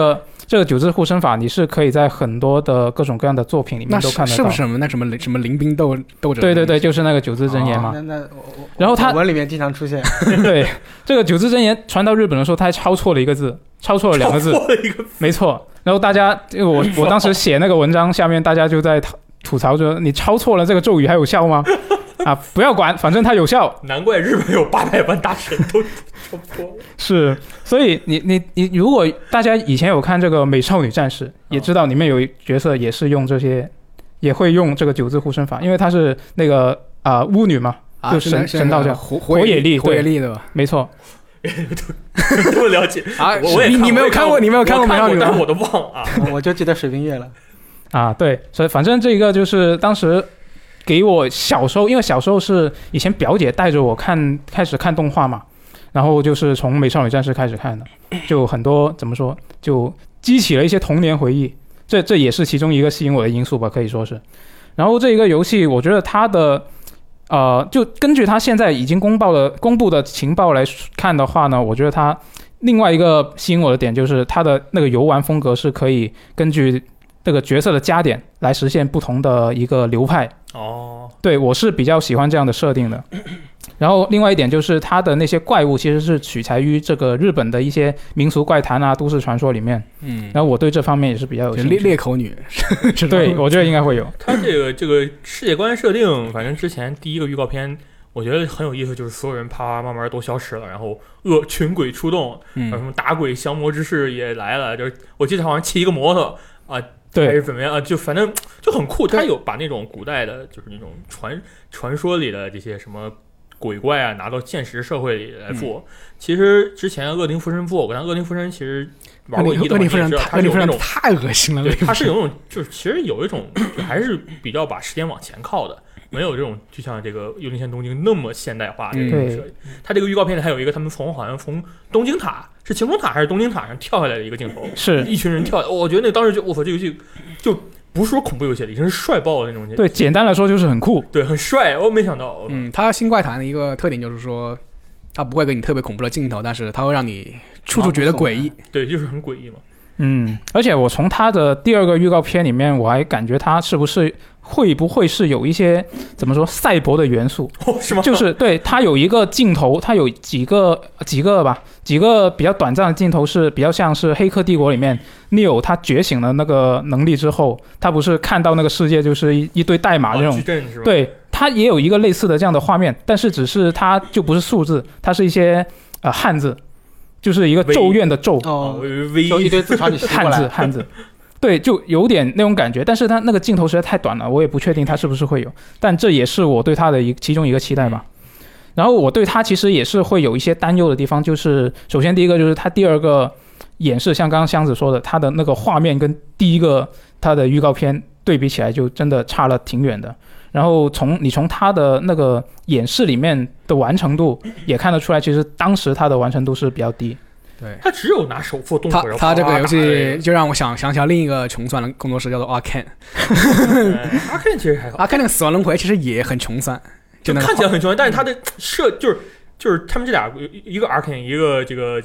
这个九字护身法你是可以在很多的各种各样的作品里面那都看得到。 是不是什么临兵斗者？ 对对对，就是那个九字真言嘛。然后它文里面经常出现。 对，这个九字真言传到日本的时候，他还抄错了一个字，抄错了2个字，没错。然后大家，我当时写那个文章下面，大家就在吐槽说：“你抄错了这个咒语还有效吗？”啊，不要管，反正它有效。 难怪日本有800万大神都抄错了。 是，所以你如果大家以前有看这个《美少女战士》，也知道里面有一角色也是用这些，也会用这个九字护身法，因为她是那个巫女嘛，就神道教火野丽对吧？ 没错。 这么了解啊？ 你没有看过？你没有看过美少女？ 但是我都忘了啊。 我就记得水冰月了。 啊，对，所以反正这个就是当时给我小时候，因为小时候是以前表姐带着我开始看动画嘛，然后就是从《美少女战士》开始看的，就很多怎么说，就激起了一些童年回忆，这也是其中一个吸引我的因素吧，可以说是。然后这一个游戏，我觉得它的就根据它现在已经公布的情报来看的话呢，我觉得它另外一个吸引我的点就是它的那个游玩风格是可以根据这个角色的加点来实现不同的一个流派。 哦， 对，我是比较喜欢这样的设定的。然后另外一点就是它的那些怪物其实是取材于这个日本的一些民俗怪谈啊、都市传说里面。然后我对这方面也是比较有兴趣。 裂口女， 对，我觉得应该会有。 它这个世界观设定，反正之前第一个预告片我觉得很有意思，就是所有人啪慢慢都消失了，然后群鬼出动，什么打鬼降魔之士也来了，就是我记得好像骑一个摩托啊。 对， 还是怎么样啊？就反正就很酷，他有把那种古代的，就是那种传说里的这些什么鬼怪啊，拿到现实社会里来做。其实之前恶灵附身做过，但恶灵附身其实玩过一的， 恶灵附身太恶心了。 它是有那种，就是其实有一种，就还是比较把时间往前靠的。没有这种就像这个《幽灵线：东京》那么现代化的这种设计。它这个预告片里还有一个他们好像从东京塔是晴空塔还是东京塔上跳下来的一个镜头， 是一群人跳下来。我觉得那当时就我操，这游戏就不是说恐怖游戏了，已经是帅爆的那种。 对，简单来说就是很酷， 对，很帅。我没想到， 它新怪谈的一个特点就是说，它不会给你特别恐怖的镜头，但是它会让你处处觉得诡异。 对，就是很诡异嘛。 而且我从它的第2个预告片里面，我还感觉它会不会是有一些怎么说赛博的元素？ 是吗？ 就是对它有一个镜头，它有几个比较短暂的镜头是比较像是《黑客帝国》里面 Neo 他觉醒了那个能力之后，他不是看到那个世界就是一堆代码这种，对，它也有一个类似的这样的画面，但是只是它就不是数字，它是一些汉字。就是一个咒怨的咒， 就一堆字朝你吸过来， 汉字，对，就有点那种感觉。但是它那个镜头实在太短了，我也不确定它是不是会有。但这也是我对它的其中一个期待吧。然后我对它其实也是会有一些担忧的地方，就是首先第一个就是它第2个演示，像刚刚箱子说的，它的那个画面跟第一个它的预告片对比起来，就真的差了挺远的。然后从他的那个演示里面的完成度也看得出来，其实当时他的完成度是比较低。 对， 他只有拿手做动作。 他这个游戏就让我想起另一个穷酸的工作室，叫做 Arkane。Arkane 其实还好。 Arkane 那个死亡轮回其实也很穷酸， 就看起来很穷酸，但是他的就是他们这俩，一个 Arkane， 一个这个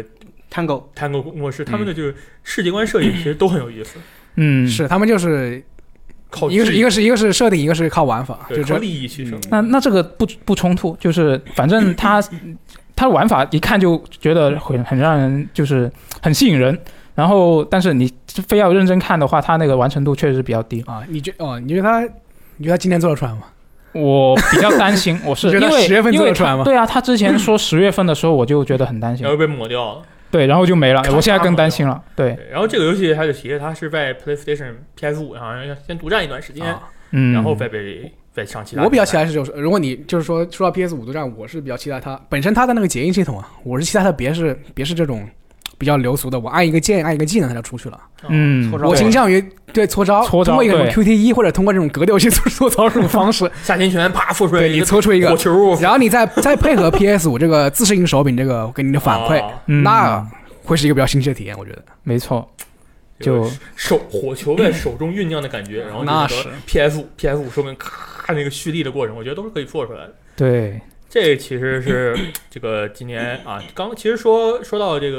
Tango 工作室，他们的就是世界观设计其实都很有意思。 是他们就是。一个是设定，一个是靠玩法， 就是利益取胜。 那这个不冲突，就是反正它玩法一看就觉得很让人就是很吸引人，然后但是你非要认真看的话，它那个完成度确实比较低啊。你觉得他今年做得出来吗？ 我比较担心，我是因为 10月份做得出来吗？ 对啊，他之前说10月份的时候，我就觉得很担心， 然后被抹掉了。 对，然后就没了。我现在更担心了。对， 然后这个游戏还得提，它是在 PlayStation、PS5 好像要先独占一段时间，然后再上其他。 我比较期待是如果你就是说到 PS5 独占，我是比较期待它本身它的那个结印系统啊，我是期待它别是这种比较流俗的，我按一个键按一个技能它就出去了。我倾向于对搓招，通过一个什么 QTE 或者通过这种格斗游戏搓招这种方式， 下天拳啪搓出来， 对你搓出一个火球， 然后你再配合 PS5 这个自适应手柄这个给你的反馈，那会是一个比较新奇的体验，我觉得。 没错， 就火球在手中酝酿的感觉，然后那是 PS5 手柄咔那个蓄力的过程，我觉得都是可以做出来的。 对， 这其实是这个今年啊，其实说到这个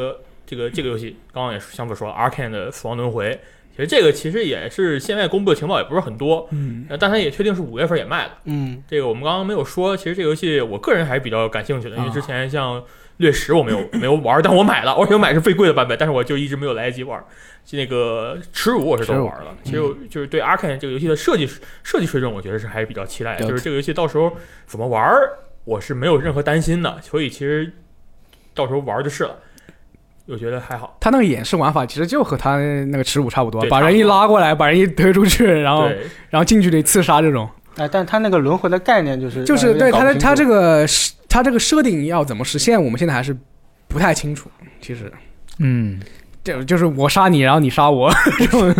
这个游戏刚刚也相对说了 Arkane 的死亡轮回，其实这个其实也是现在公布的情报也不是很多，但它也确定是5月份也卖了，这个我们刚刚没有说，其实这个游戏我个人还是比较感兴趣的，因为之前像掠食我没有玩，但我买了，而且我买是最贵的版本，但是我就一直没有来得及玩。那个耻辱我是都玩了，其实就是对 Arkane 这个游戏的设计水准，我觉得是还是比较期待的。就是这个游戏到时候怎么玩，我是没有任何担心的，所以其实到时候玩就是了。我觉得还好， 他那个演示玩法其实就和他那个耻辱差不多，把人一拉过来，把人一推出去，然后近距离刺杀这种。 但他那个轮回的概念就是对他这个设定要怎么实现，我们现在还是不太清楚。其实，就是我杀你，然后你杀我这种。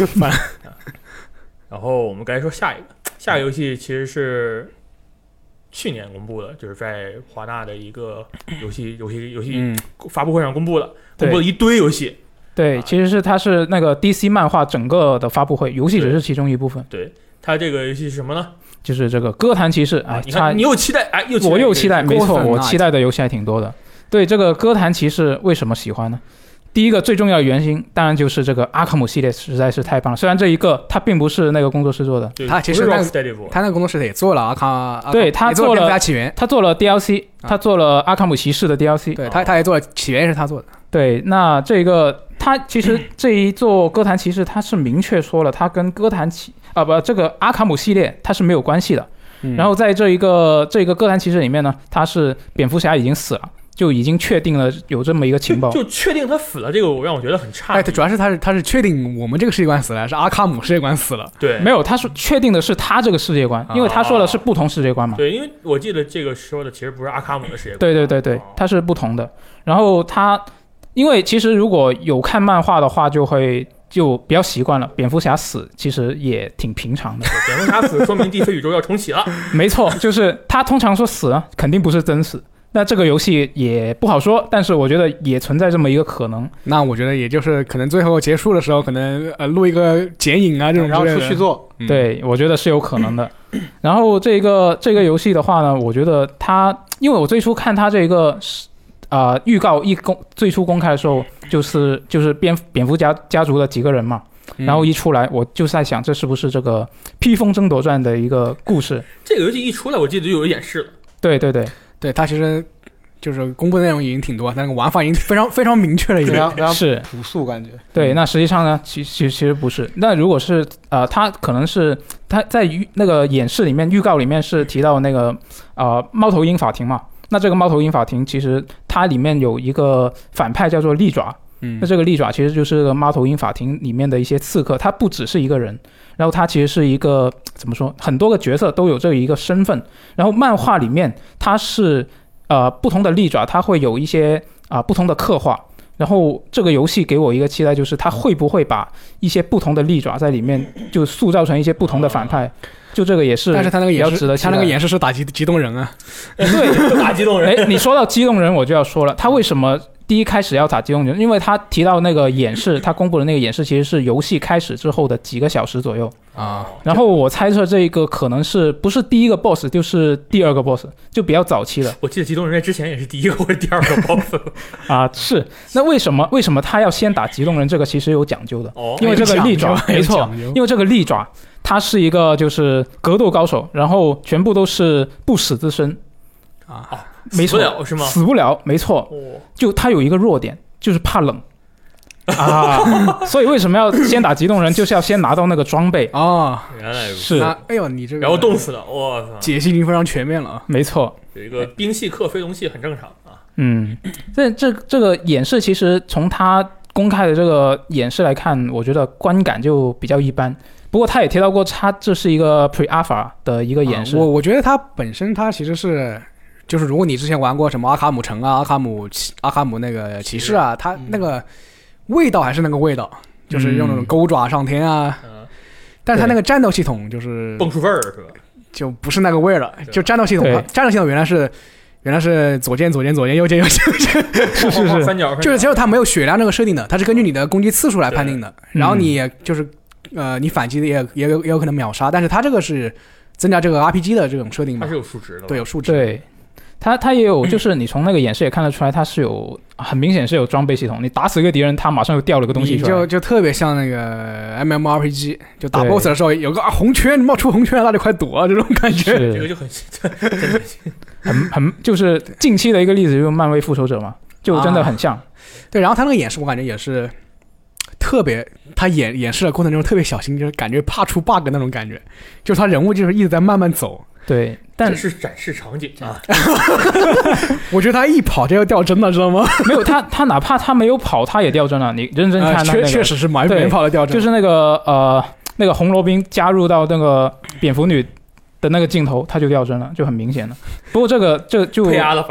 然后我们该说下一个游戏，其实是去年公布的，就是在华纳的一个游戏发布会上公布了一堆游戏。 对，其实它是那个 DC 漫画整个的发布会，游戏只是其中一部分。 对，它这个游戏是什么呢？ 就是这个歌坛骑士。 你看，你又期待， 我又期待，没错，我期待的游戏还挺多的。对，这个歌坛骑士为什么喜欢呢？第一个最重要的原因，当然就是这个阿卡姆系列实在是太棒了。虽然这一个它并不是那个工作室做的， 他其实他那个工作室也做了阿卡， 对，他做了起源， 他做了 DLC， 他做了阿卡姆骑士的 DLC， 对，他也做了起源，也是他做的。 对，那这个他其实这一座歌坛骑士，他是明确说了，他跟歌坛这个阿卡姆系列它是没有关系的。然后在这个歌坛骑士里面呢，他是蝙蝠侠已经死了。就已经确定了有这么一个情报， 就确定他死了，这个让我觉得很差。 主要是他是确定我们这个世界观死了，是阿卡姆世界观死了。 对， 没有，他是确定的是他这个世界观，因为他说的是不同世界观嘛。 对，因为我记得这个说的其实不是阿卡姆的世界观。 对，它是不同的。然后因为其实如果有看漫画的话，就比较习惯了。蝙蝠侠死其实也挺平常的。 蝙蝠侠死说明DC宇宙要重启了。 没错，就是他通常说死了，肯定不是真死。那这个游戏也不好说，但是我觉得也存在这么一个可能。 那我觉得也就是可能最后结束的时候，可能录一个剪影啊这种， 然后出续作。 对，我觉得是有可能的。然后这个游戏的话呢，我觉得因为我最初看它这个预告最初公开的时候，就是蝙蝠家族的几个人嘛。然后一出来，我就在想，这是不是这个披风争夺战的一个故事？ 这个游戏一出来，我记得就有演示了。 对， 它其实就是公布的内容已经挺多，但那个玩法已经非常非常明确了，已经是朴素感觉。 对，那实际上呢，其实不是。那如果是它可能是它在那个演示里面、预告里面是提到那个猫头鹰法庭嘛？那这个猫头鹰法庭其实它里面有一个反派叫做利爪。那这个利爪其实就是个猫头鹰法庭里面的一些刺客，他不只是一个人，然后他其实是一个怎么说，很多个角色都有这一个身份。然后漫画里面它是不同的利爪，它会有一些不同的刻画。然后这个游戏给我一个期待，就是它会不会把一些不同的利爪在里面就塑造成一些不同的反派。就这个也是， 但是他那个演示， 他那个演示是打机动人啊。 对， 打机动人。 你说到机动人，我就要说了，他为什么第一开始要打机动人？因为他提到那个演示，他公布的那个演示其实是游戏开始之后的几个小时左右啊。然后我猜测这个可能是不是第一个 boss 就是第二个 boss， 就比较早期了。 我记得机动人之前也是第一个或者第二个 boss 是。那为什么他要先打机动人？这个其实有讲究的，因为这个利爪，没错，因为这个利爪。他是一个就是格斗高手，然后全部都是不死之身没错， 死不了是吗？ 死不了，没错。就他有一个弱点，就是怕冷所以为什么要先打机动人，就是要先拿到那个装备原来是。 哎呦，你这个然后冻死了，哇塞， 解析已经非常全面了。 没错， 有一个兵器克飞龙器很正常啊。 这个演示其实从他公开的这个演示来看，我觉得观感就比较一般。不过他也提到过，这是一个 pre-alpha 的一个演示。 我觉得它本身它其实是，就是如果你之前玩过什么阿卡姆城啊、阿卡姆那个骑士啊，它那个味道还是那个味道，就是用那种钩爪上天啊。但是它那个战斗系统就是蹦出味儿是吧？ 就不是那个味儿了。就战斗系统原来是左键右键是三角， 就是只有它没有血量这个设定的，它是根据你的攻击次数来判定的。然后你就是你反击的也有可能秒杀，但是它这个是增加这个 RPG 的这种设定嘛？ 它是有数值的， 对，有数值。 对， 它也有，就是你从那个演示也看得出来，它是有很明显是有装备系统。你打死一个敌人，它马上又掉了个东西出来， 就特别像那个 MMORPG， 就打 BOSS 的时候有个红圈冒出红圈，那里快躲这种感觉。 这个就很就是近期的一个例子，就是漫威复仇者嘛，就真的很像。 对，然后他那个演示我感觉也是特别，他演示的过程中特别小心，就是感觉怕出 bug 那种感觉，就是他人物就是一直在慢慢走。 对，但是展示场景啊。 我觉得他一跑就要掉帧了，知道吗？ 没有他哪怕他没有跑，他也掉帧了。你认真看， 确实是没跑的掉帧。 就是那个红罗宾加入到那个蝙蝠女的那个镜头，他就掉帧了，就很明显了。不过这就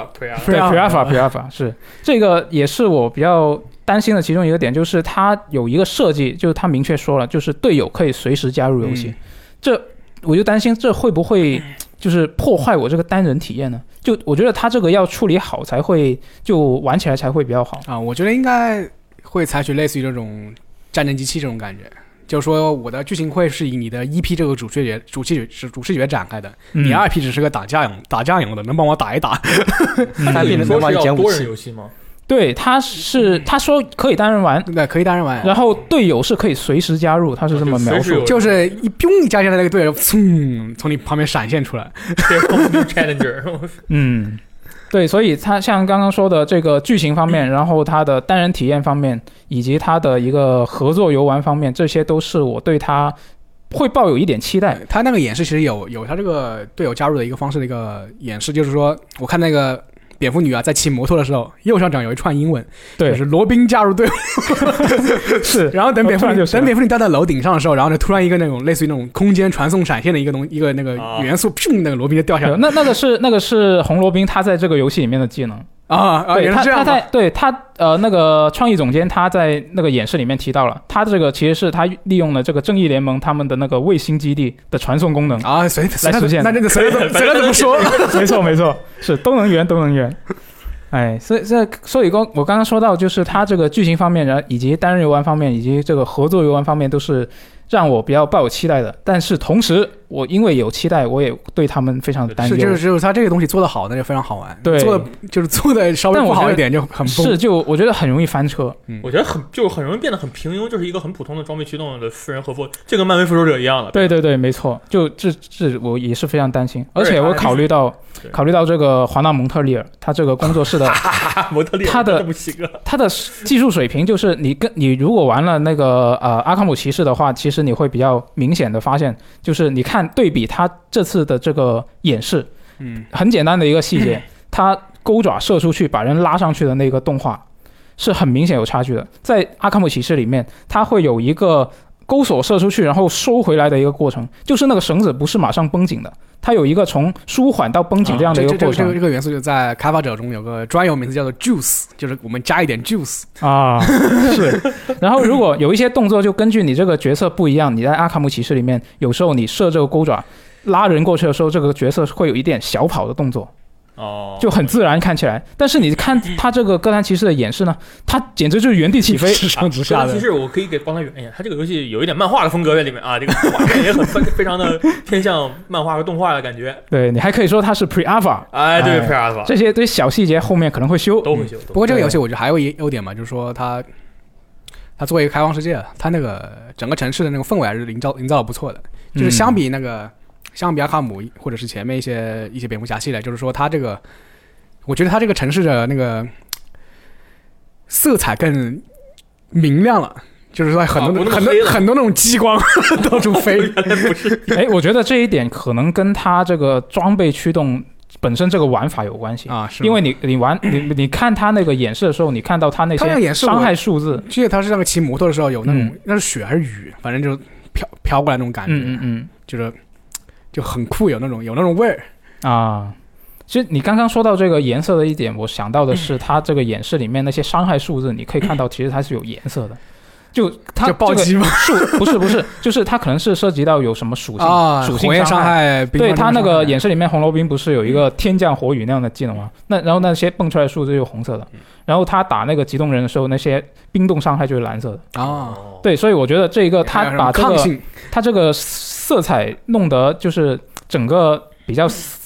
Pre-alpha 是这个也是我比较担心的其中一个点，就是他有一个设计，就是他明确说了，就是队友可以随时加入游戏。这我就担心这会不会就是破坏我这个单人体验呢？就我觉得他这个要处理好才会，就玩起来才会比较好啊。我觉得应该会采取类似于这种战争机器这种感觉。就是说，我的剧情会是以你的1P 这个主视觉展开的，你2P 只是个打架用的，能帮我打一打。 它变成能玩捡武器游戏吗？ 对，他说可以单人玩， 对，可以单人玩。 然后队友是可以随时加入，他是这么描述， 就是一加进来那个队友，从你旁边闪现出来。 Challenger 对，所以他像刚刚说的这个剧情方面，然后他的单人体验方面，以及他的一个合作游玩方面，这些都是我对他会抱有一点期待。 他那个演示其实有他这个队友加入的一个方式的一个演示，就是说我看那个蝙蝠女啊在骑摩托的时候，右上角有一串英文， 对， 就是罗宾加入队伍。 是， 然后等蝙蝠女待在楼顶上的时候，然后呢突然一个那种类似于那种空间传送闪现的一个那个元素，砰，那个罗宾就掉下来。 那个是红罗宾他在这个游戏里面的技能。对，他那个创意总监他在那个演示里面提到了，他这个其实是他利用了这个正义联盟他们的那个卫星基地的传送功能啊，来实现。那这个随了怎么说？ 没错，是都能圆。哎，所以我刚刚说到，就是他这个剧情方面，以及单人游玩方面，以及这个合作游玩方面，都是让我比较抱有期待的。但是同时，我因为有期待，我也对他们非常的担忧。 就是他这个东西做得好，那就非常好玩。 对， 做的稍微不好一点就很崩。 我觉得很容易翻车。 我觉得很容易变得很平庸，就是一个很普通的装备驱动的4人合作，这跟漫威复仇者一样了。 对，没错。就这我也是非常担心，而且我考虑到这个华纳蒙特利尔，他这个工作室的蒙特利尔他的技术水平，就是你如果玩了那个阿卡姆骑士的话，其实你会比较明显的发现，就是你看对比他这次的这个演示，很简单的一个细节，他钩爪射出去把人拉上去的那个动画是很明显有差距的。在阿卡姆骑士里面，它会有一个钩索射出去然后收回来的一个过程，就是那个绳子不是马上绷紧的，它有一个从舒缓到绷紧这样的一个过程。 这个元素就在开发者中有个专有名字叫做 juice， 就是我们加一点 juice 啊，是。然后如果有一些动作就根据你这个角色不一样，你在阿卡姆骑士里面有时候你射这个钩爪拉人过去的时候，这个角色会有一点小跑的动作。就很自然看起来，但是你看他这个哥谭骑士的演示呢，他简直就是原地起飞， 直上直下的。 其实我可以帮他圆一下，他这个游戏有一点漫画的风格在里面啊，这个画面也很非常的偏向漫画和动画的感觉。 对，你还可以说它是 pre-alpha， 对 pre-alpha， 这些小细节后面可能会修， 都会修。 不过这个游戏我觉得还有一优点嘛，就是说它作为一个开放世界，它那个整个城市的那个氛围还是营造的不错的，就是相比阿卡姆或者是前面一些蝙蝠侠系列，就是说它这个，我觉得它这个城市的那个色彩更明亮了，就是说很多那种激光到处飞。 我觉得这一点可能跟它这个装备驱动本身这个玩法有关系啊， 因为你看他那个演示的时候，你看到他那些伤害数字， 记得他是那个骑摩托的时候有那种那是雪还是雨，反正就飘过来那种感觉，就很酷，有那种味儿啊。 其实你刚刚说到这个颜色的一点，我想到的是它这个演示里面那些伤害数字，你可以看到其实它是有颜色的。就它暴击吗？ 不是，就是它可能是涉及到有什么属性伤害。 对，它那个演示里面红罗宾不是有一个天降火雨那样的技能吗？然后那些蹦出来的数字就是红色的，然后他打那个极冻人的时候，那些冰冻伤害就是蓝色的啊。对，所以我觉得这个他把这个色彩弄得就是整个比较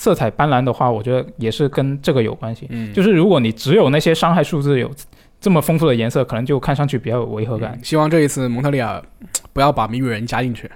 色彩斑斓的话，我觉得也是跟这个有关系。就是如果你只有那些伤害数字有这么丰富的颜色，可能就看上去比较有违和感。 希望这一次蒙特利尔不要把谜语人加进去。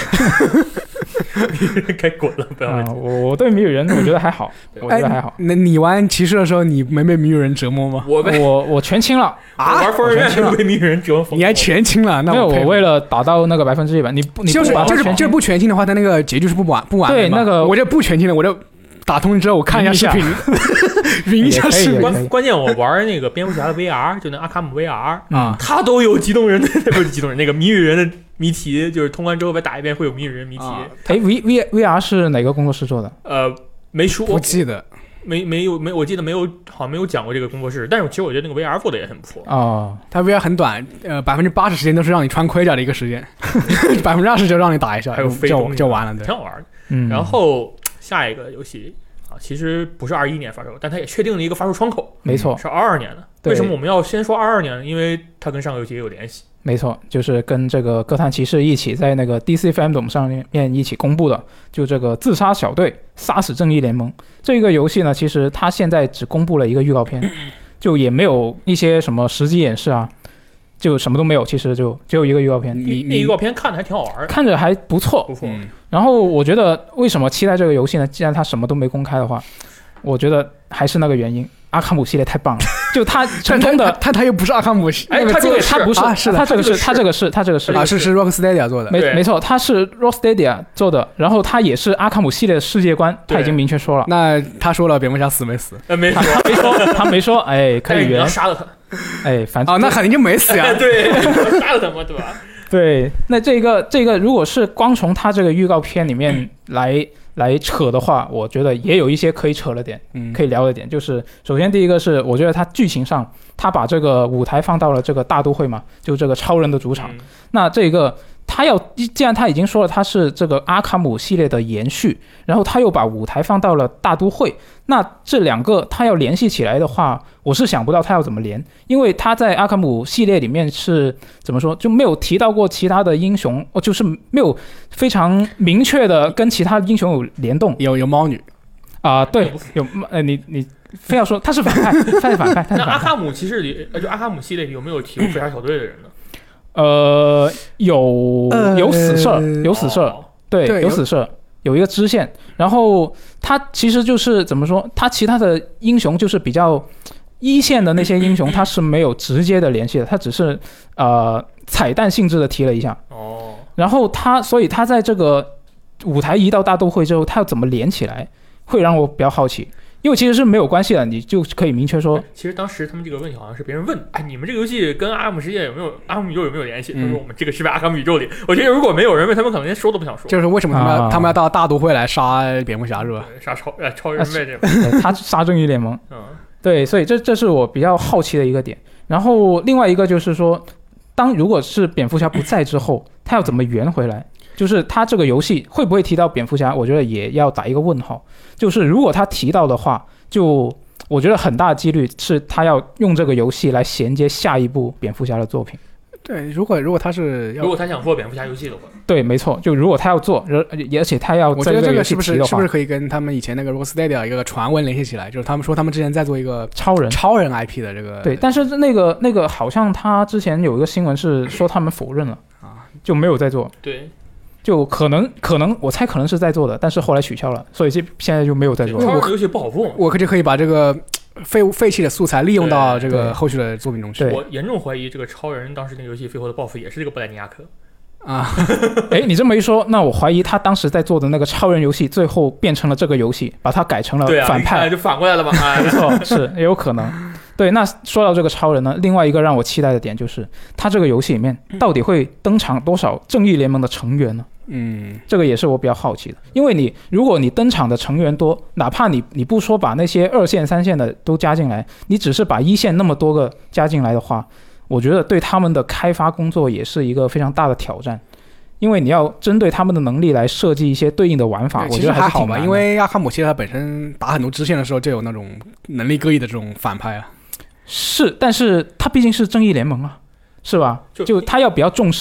该滚了，不要问。 我对谜语人我觉得还好，我觉得还好。 那你玩骑士的时候，你没被谜语人折磨吗？ 我全清了啊！玩疯人院被谜语人折磨， 你还全清了？那我为了达到那个100%，你就是这不全清的话，它那个结局是不完的。 对，那个我这不全清的，我就打通之后我看一下视频，云一下视频。 关键我玩那个蝙蝠侠的 VR， 就那阿卡姆 VR 啊， 它都有激动人，不是激动人，那个谜语人的谜题，就是通关之后再打一遍会有谜语人谜题。 VR 是哪个工作室做的？ 没说， 不记得。 没，我记得好像没有讲过这个工作室，但是其实我觉得那个 VR 做的也很不错它 VR 很短，80%时间都是让你穿盔甲的一个时间，20%就让你打一下， 还有飞就完了，对， 挺好玩的。然后下一个游戏啊，其实不是21年发售，但它也确定了一个发售窗口， 没错， 是22年的。为什么我们要先说22年呢？因为它跟上个游戏也有联系。 没错，就是跟这个哥谭骑士一起在那个 DC Fandom 上面一起公布的，就这个自杀小队杀死正义联盟这个游戏呢，其实它现在只公布了一个预告片，就也没有一些什么实际演示啊，就什么都没有，其实就只有一个预告片。 那预告片看着还挺好玩， 看着还不错。然后我觉得为什么期待这个游戏呢？既然它什么都没公开的话，我觉得还是那个原因，阿卡姆系列太棒了。就他成功的， 他又不是阿卡姆， 他这个他不是， 是的， 他这个是啊，是 Rocksteady 做的， 没错，他是 Rocksteady 做的，然后他也是阿卡姆系列的世界观，他已经明确说了。 那他说了蝙蝠侠死没死？ 没说， 他没说，哎，可以圆， 杀了他， 哎，反正那肯定就没死呀， 对，杀了他嘛，对吧？ 对，那这个如果是光从他这个预告片里面来扯的话，我觉得也有一些可以扯的点，可以聊的点。就是首先第一个是，我觉得他剧情上，他把这个舞台放到了这个大都会嘛，就这个超人的主场。那这个既然他已经说了他是这个阿卡姆系列的延续，然后他又把舞台放到了大都会，那这两个他要联系起来的话，我是想不到他要怎么连，因为他在阿卡姆系列里面是怎么说，就没有提到过其他的英雄，就是没有非常明确的跟其他英雄有联动。 有猫女啊，对，有你非要说他是反派，他是反派。 那阿卡姆骑士里，就阿卡姆系列里有没有提过飞侠小队的人呢？ 有死射，有死射，对，有死射，有一个支线。然后他其实就是怎么说，他其他的英雄就是比较一线的那些英雄，他是没有直接的联系的，他只是彩蛋性质的提了一下。然后所以他在这个舞台移到大都会之后，他要怎么连起来，会让我比较好奇。因为其实是没有关系的，你就可以明确说。 其实当时他们这个问题好像是别人问，你们这个游戏跟阿卡姆世界阿卡姆宇宙有没有联系？他说我们这个是在阿卡姆宇宙里。我觉得如果没有人问，他们可能连说都不想说。 就是为什么他们要到大都会来杀蝙蝠侠是吧？ 杀超人呗，这个他杀正义联盟。对，所以这是我比较好奇的一个点。然后另外一个就是说，如果是蝙蝠侠不在之后，他要怎么圆回来？就是他这个游戏会不会提到蝙蝠侠，我觉得也要打一个问号。就是如果他提到的话，就我觉得很大的几率是他要用这个游戏来衔接下一部蝙蝠侠的作品。 对，如果他想做蝙蝠侠游戏的话， 对，没错，就如果他要做，而且他要在这个游戏提的话， 是不是可以跟他们以前那个 Rocksteady 一个传闻联系起来？就是他们说他们之前在做一个超人 IP 的这个。 对，但是那个好像他之前有一个新闻是说他们否认了就没有在做。 对。 就可能我猜可能是在做的，但是后来取消了，所以现在就没有在做。 超人游戏不好做， 我就可以把这个废弃的素材利用到这个后续的作品中去。 我严重怀疑这个超人当时那个游戏最后的报复也是这个布莱尼亚克啊。 你这么一说，那我怀疑他当时在做的那个超人游戏最后变成了这个游戏，把它改成了反派， 就反过来了吧？ 没错，是也有可能。对，那说到这个超人呢，另外一个让我期待的点就是他这个游戏里面到底会登场多少正义联盟的成员呢？这个也是我比较好奇的，因为如果你登场的成员多，哪怕你不说把那些2线3线的都加进来，你只是把1线那么多个加进来的话，我觉得对他们的开发工作也是一个非常大的挑战，因为你要针对他们的能力来设计一些对应的玩法，我觉得还好吧。 因为阿卡姆其实他本身打很多支线的时候就有那种能力各异的这种反派啊。 是，但是他毕竟是正义联盟啊，是吧？就他要比较重视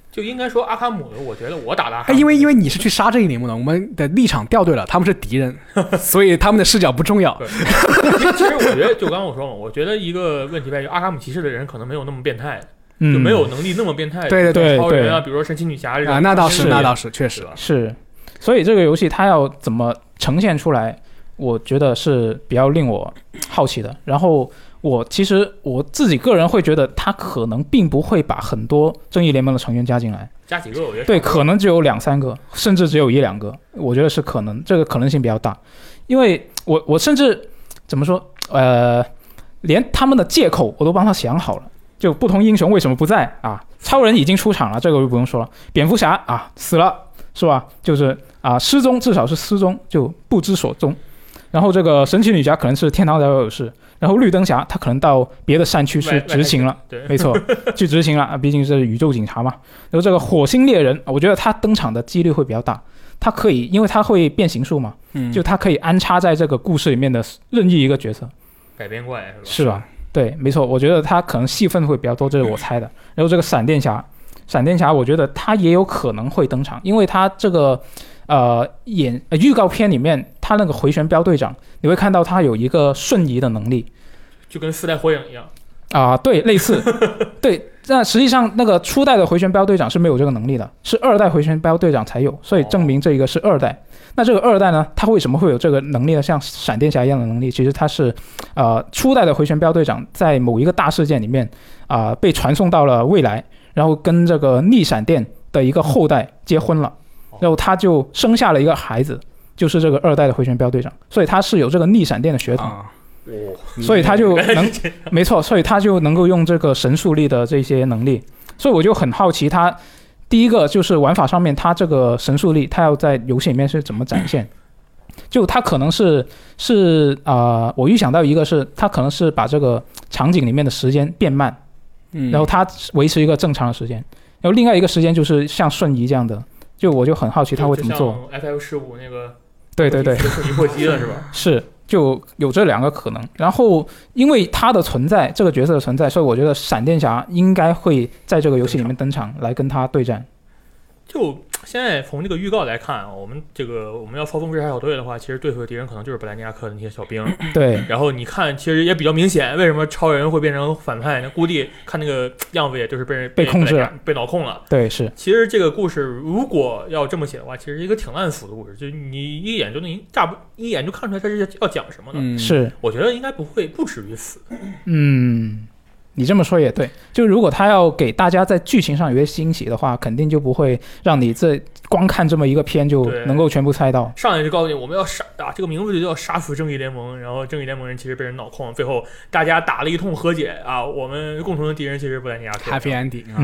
就应该说阿卡姆的，我觉得我打的阿卡哎， 姆， 因为你是去杀正义联盟的，我们的立场调对了，他们是敌人，所以他们的视角不重要。 对其实我觉得，就刚刚我说嘛，我觉得一个问题在于阿卡姆骑士的人可能没有那么变态，就没有能力那么变态。 对超人啊，比如说神奇女侠这种啊，那倒是，确实是。所以这个游戏它要怎么呈现出来，我觉得是比较令我好奇的。然后其实我自己个人会觉得，他可能并不会把很多正义联盟的成员加进来， 加几个我觉得对，可能只有2-3个，甚至只有1-2个，我觉得是可能，这个可能性比较大。因为我甚至怎么说，连他们的借口我都帮他想好了，就不同英雄为什么不在啊？超人已经出场了，这个就不用说了。蝙蝠侠啊死了是吧？就是失踪，至少是失踪，就不知所踪。然后这个神奇女侠可能是天堂岛有事，然后绿灯侠他可能到别的山区去执行了， 对， 没错，去执行了，毕竟是宇宙警察嘛。然后这个火星猎人，我觉得他登场的几率会比较大，他可以，因为他会变形术嘛，就他可以安插在这个故事里面的任意一个角色， 改编怪是吧？ 是吧？对，没错，我觉得他可能戏份会比较多，这是我猜的。然后这个闪电侠，我觉得他也有可能会登场，因为他这个预告片里面，他那个回旋镖队长，你会看到他有一个瞬移的能力， 就跟4代火影一样对，类似，对。那实际上那个初代的回旋镖队长是没有这个能力的，是2代回旋镖队长才有，所以证明这个是2代。那这个2代呢，他为什么会有这个能力呢？像闪电侠一样的能力，其实他是初代的回旋镖队长在某一个大事件里面被传送到了未来，然后跟这个逆闪电的一个后代结婚了，然后他就生下了一个孩子，就是这个2代的回旋镖队长，所以他是有这个逆闪电的血统。所以他就能没错，所以他就能够用这个神速力的这些能力，所以我就很好奇他第一个就是玩法上面他这个神速力他要在游戏里面是怎么展现。就他可能是我预想到一个是他可能是把这个场景里面的时间变慢，然后他维持一个正常的时间，然后另外一个时间就是像瞬移这样的，就我就很好奇他会怎么做。 FF15 那个对瞬移破机了是吧？ 是。就有这2个可能，然后因为他的存在，这个角色的存在，所以我觉得闪电侠应该会在这个游戏里面登场来跟他对战。 就现在从这个预告来看我们要发动这小队的话，其实对付的敌人可能就是布兰尼亚克的那些小兵。 对。 然后你看，其实也比较明显，为什么超人会变成反派？那估计看那个样子，也就是被控制了， 被脑控了。 对，是。 其实这个故事如果要这么写的话，其实是一个挺烂俗的故事，就你一眼就看出来他是要讲什么的。 是。 我觉得应该不至于死。 你这么说也对，就如果他要给大家在剧情上有些惊喜的话，肯定就不会让你光看这么一个片就能够全部猜到。 上来就告诉你我们要这个名字就叫杀死正义联盟，然后正义联盟人其实被人脑控，最后大家打了一通和解我们共同的敌人其实布兰尼亚克。 Happy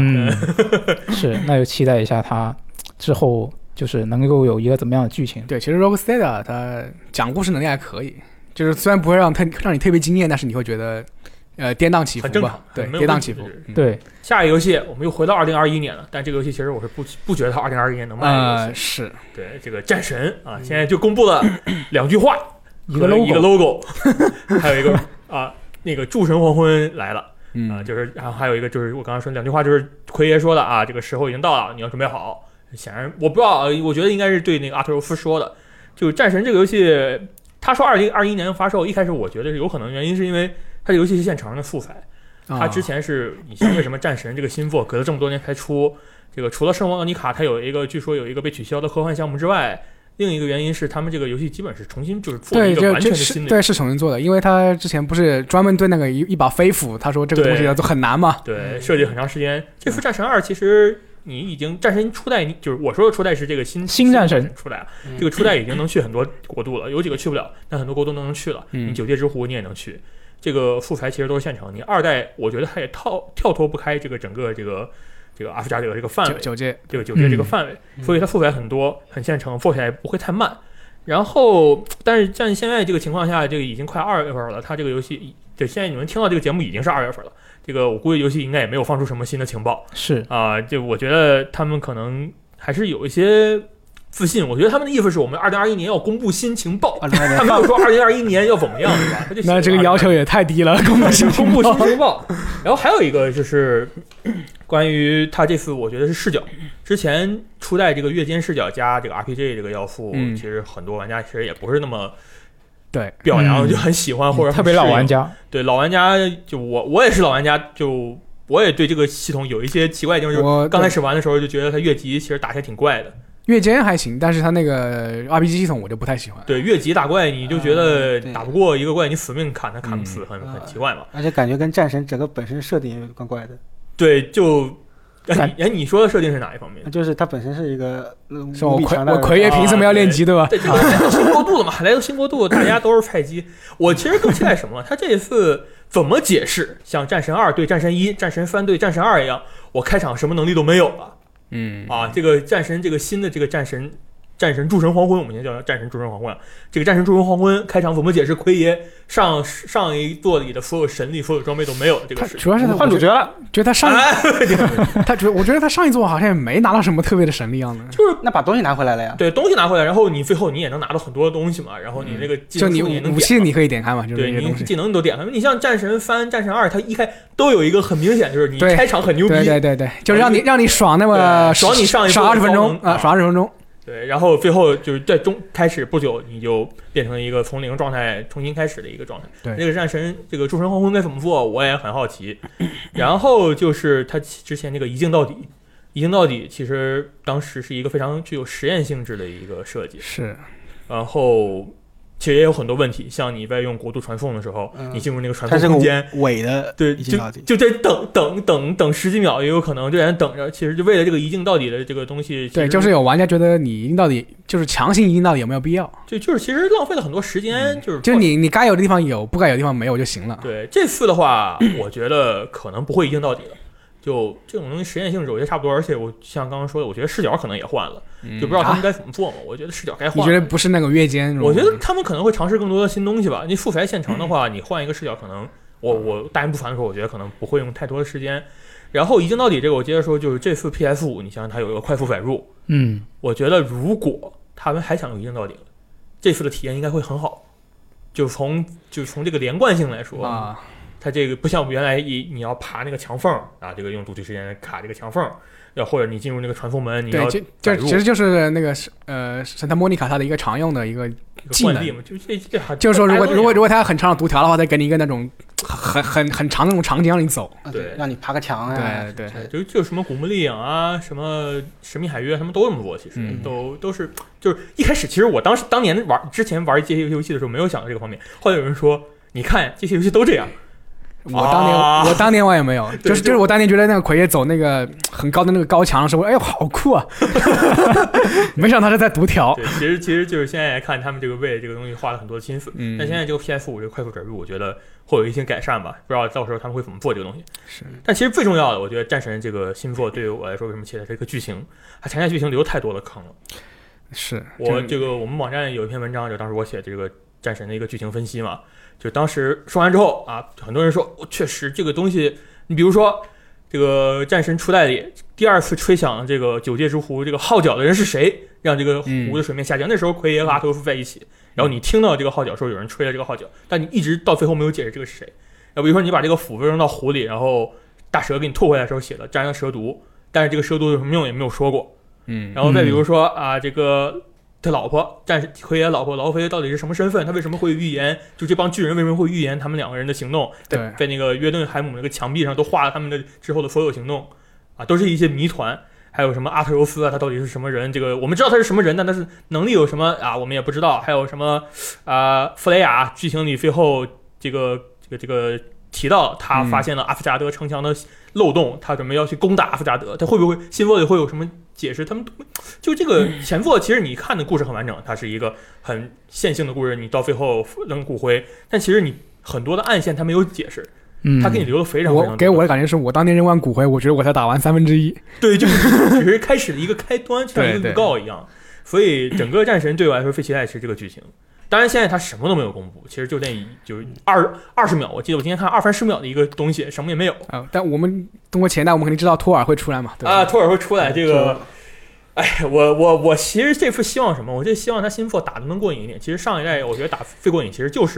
ending。 是，那就期待一下他之后就是能够有一个怎么样的剧情。 对，其实 Rocksteady 他讲故事能力还可以，就是虽然不会让你特别惊艳，但是你会觉得跌宕起伏吧，对，跌宕起伏。 对， 下一个游戏我们又回到2021年了，但这个游戏其实我是不觉得它2021年能卖的游戏。 是对这个战神现在就公布了2句话， 一个 logo， 还有一个那个诸神黄昏来了就是然后还有一个就是我刚刚说2句话，就是奎爷说的这个时候已经到了，你要准备好。显然我不知道我觉得应该是对那个阿特柔夫说的，就战神这个游戏，他说2021年发售，一开始我觉得是有可能原因是因为它这游戏是现成的素材，它之前是你像为什么战神这个新作隔了这么多年才出，这个除了圣王奥尼卡它据说有一个被取消的科幻项目之外，另一个原因是他们这个游戏基本是重新就是做了一个完全的新的， 对，是重新做的，因为他之前不是专门对那个一把飞斧，他说这个东西要做很难嘛， 对，设计很长时间。这副战神2其实你已经战神初代，就是我说的初代是这个新战神初代这个初代已经能去很多国度了，有几个去不了，但很多国度都能去了。你9界之湖你也能去。这个素材其实都是现成，你2代我觉得它也跳脱不开这个整个这个阿夫加这个范围， 九界这个范围，所以它素材很多，很现成，做起来不会太慢。然后，但是在现在这个情况下，这个已经快2月份了，它这个游戏，对，现在你们听到这个节目已经是2月份了，这个我估计游戏应该也没有放出什么新的情报， 是就我觉得他们可能还是有一些自信，我觉得他们的意思是我们2021年要公布新情报，他没有说2021年要怎么样，对吧？ 那这个要求也太低了，公布新情报。 然后还有一个就是关于它这次，我觉得是视角。之前初代这个月间视角加这个 RPG 这个要素，其实很多玩家其实也不是那么对表扬，就很喜欢或者特别老玩家。 对老玩家，就我也是老玩家，就我也对这个系统有一些奇怪的地方。就是刚开始玩的时候就觉得它越级其实打起来挺怪的。 越间还行，但是它那个 RPG 系统我就不太喜欢。 对，越级打怪你就觉得打不过一个怪，你死命砍他砍不死，很奇怪嘛。 而且感觉跟战神整个本身设定也怪怪的。 对，就你说的设定是哪一方面？ 就是它本身是一个我奎爷凭什么要练级对吧？ 对，这个来到新国度了嘛，来到新国度大家都是菜鸡。我其实更期待什么？他这一次怎么解释？像战神2对战神1、战神3对战神2一样，我开场什么能力都没有了。这个战神这个新的这个战神诸神黄昏，我们现在叫战神诸神黄昏。这个战神诸神黄昏开场怎么解释？奎爷上一座里的所有神力、所有装备都没有这个事。 主要是他换主角了， 觉得他上我觉得他上一座好像也没拿到什么特别的神力样的。 就是那把东西拿回来了呀。 对，东西拿回来，然后你最后你也能拿到很多东西嘛。然后你那个技能就你武器你可以点开嘛，就是对你技能都点开。你像战神3、战神2，它一开都有一个很明显，就是你开场很牛逼， 对，就是让你爽那么爽你上 20分钟啊，爽20分钟。 对，然后最后就是在开始不久，你就变成一个从零状态重新开始的一个状态。 对， 这个战神这个诸神黄昏该怎么做，我也很好奇。然后就是他之前那个一镜到底，其实当时是一个非常具有实验性质的一个设计。 是， 然后其实也有很多问题，像你在用国度传送的时候，你进入那个传送空间， 伪的， 对，就在等十几秒，也有可能就在那等着。其实就为了这个一镜到底的这个东西， 对，就是有玩家觉得你一镜到底就是强行一镜到底有没有必要？ 就是其实浪费了很多时间， 就是你该有的地方有，不该有的地方没有就行了。 对，这次的话，我觉得可能不会一镜到底了。就这种东西实验性质我觉得差不多，而且我像刚刚说的，我觉得视角可能也换了，就不知道他们该怎么做嘛。我觉得视角该换了。 你觉得不是那个月间？ 我觉得他们可能会尝试更多的新东西吧。你素材现成的话，你换一个视角，可能我大言不惭的说，我觉得可能不会用太多的时间。然后一镜到底这个，我接着说，就是这次 PS5，你想想它有一个快速载入，我觉得如果他们还想用一镜到底了，这次的体验应该会很好。就从这个连贯性来说啊。 它这个不像原来你要爬那个墙缝啊，这个用读取时间卡这个墙缝，要或者你进入那个传送门，你要对，其实就是那个神探莫妮卡它的一个常用的一个技能嘛， 就是说如果它很长的读条的话，再给你一个那种很长的那种场景让你走， 对，让你爬个墙啊， 对， 就什么古墓丽影啊，什么神秘海约，他们都这么做，其实都是就是一开始，其实我当年之前玩这些游戏的时候没有想到这个方面，后来有人说，你看这些游戏都这样。 我当年我也没有，就是我当年觉得那个奎爷走那个很高的那个高墙的时候，哎呦好酷啊！没想到是在读条。 对，其实就是现在来看，他们这个为这个东西花了很多心思。但现在这个 PS5 这个快速转入，我觉得会有一些改善吧，不知道到时候他们会怎么做这个东西。 是。 但其实最重要的，我觉得战神这个新作对于我来说为什么期待这个剧情，它前面剧情留太多的坑了。 是。 我们网站有一篇文章，就当时我写这个战神的一个剧情分析嘛。就当时说完之后啊，很多人说确实这个东西，你比如说这个战神初代里第二次吹响这个九界之湖这个号角的人是谁，让这个湖的水面下降。那时候奎爷和阿托夫在一起，然后你听到这个号角说有人吹了这个号角，但你一直到最后没有解释这个是谁。比如说你把这个斧子扔到湖里，然后大蛇给你吐回来的时候写了沾上蛇毒，但是这个蛇毒有什么用也没有说过。然后再比如说啊，这个他老婆奎爷老婆劳菲到底是什么身份？他为什么会预言？就这帮巨人为什么会预言他们两个人的行动？在那个约顿海姆那个墙壁上都画了他们的之后的所有行动，啊，都是一些谜团。还有什么阿特柔斯啊，他到底是什么人？这个我们知道他是什么人，但他是能力有什么啊？我们也不知道。还有什么弗雷亚剧情里最后这个提到他发现了阿夫加德城墙的漏洞，他准备要去攻打阿夫加德，他会不会新作里会有什么解释？他们就这个前作，其实你看的故事很完整，它是一个很线性的故事，你到最后扔骨灰，但其实你很多的暗线他没有解释，他给你留的非常非常多。 给我的感觉是我当年扔完骨灰，我觉得我才打完1/3， 对，就是只是开始的一个开端，像一个预告一样。所以整个战神对我来说最期待是这个剧情。当然，现在他什么都没有公布，其实就20秒，我记得我今天看20-30秒的一个东西，什么也没有。 但我们通过前代，我们肯定知道托尔会出来嘛，对吧？ 啊，托尔会出来，这个，哎，我其实这次希望什么？我就希望他新作打的能过瘾一点。其实上一代我觉得打最过瘾，其实就是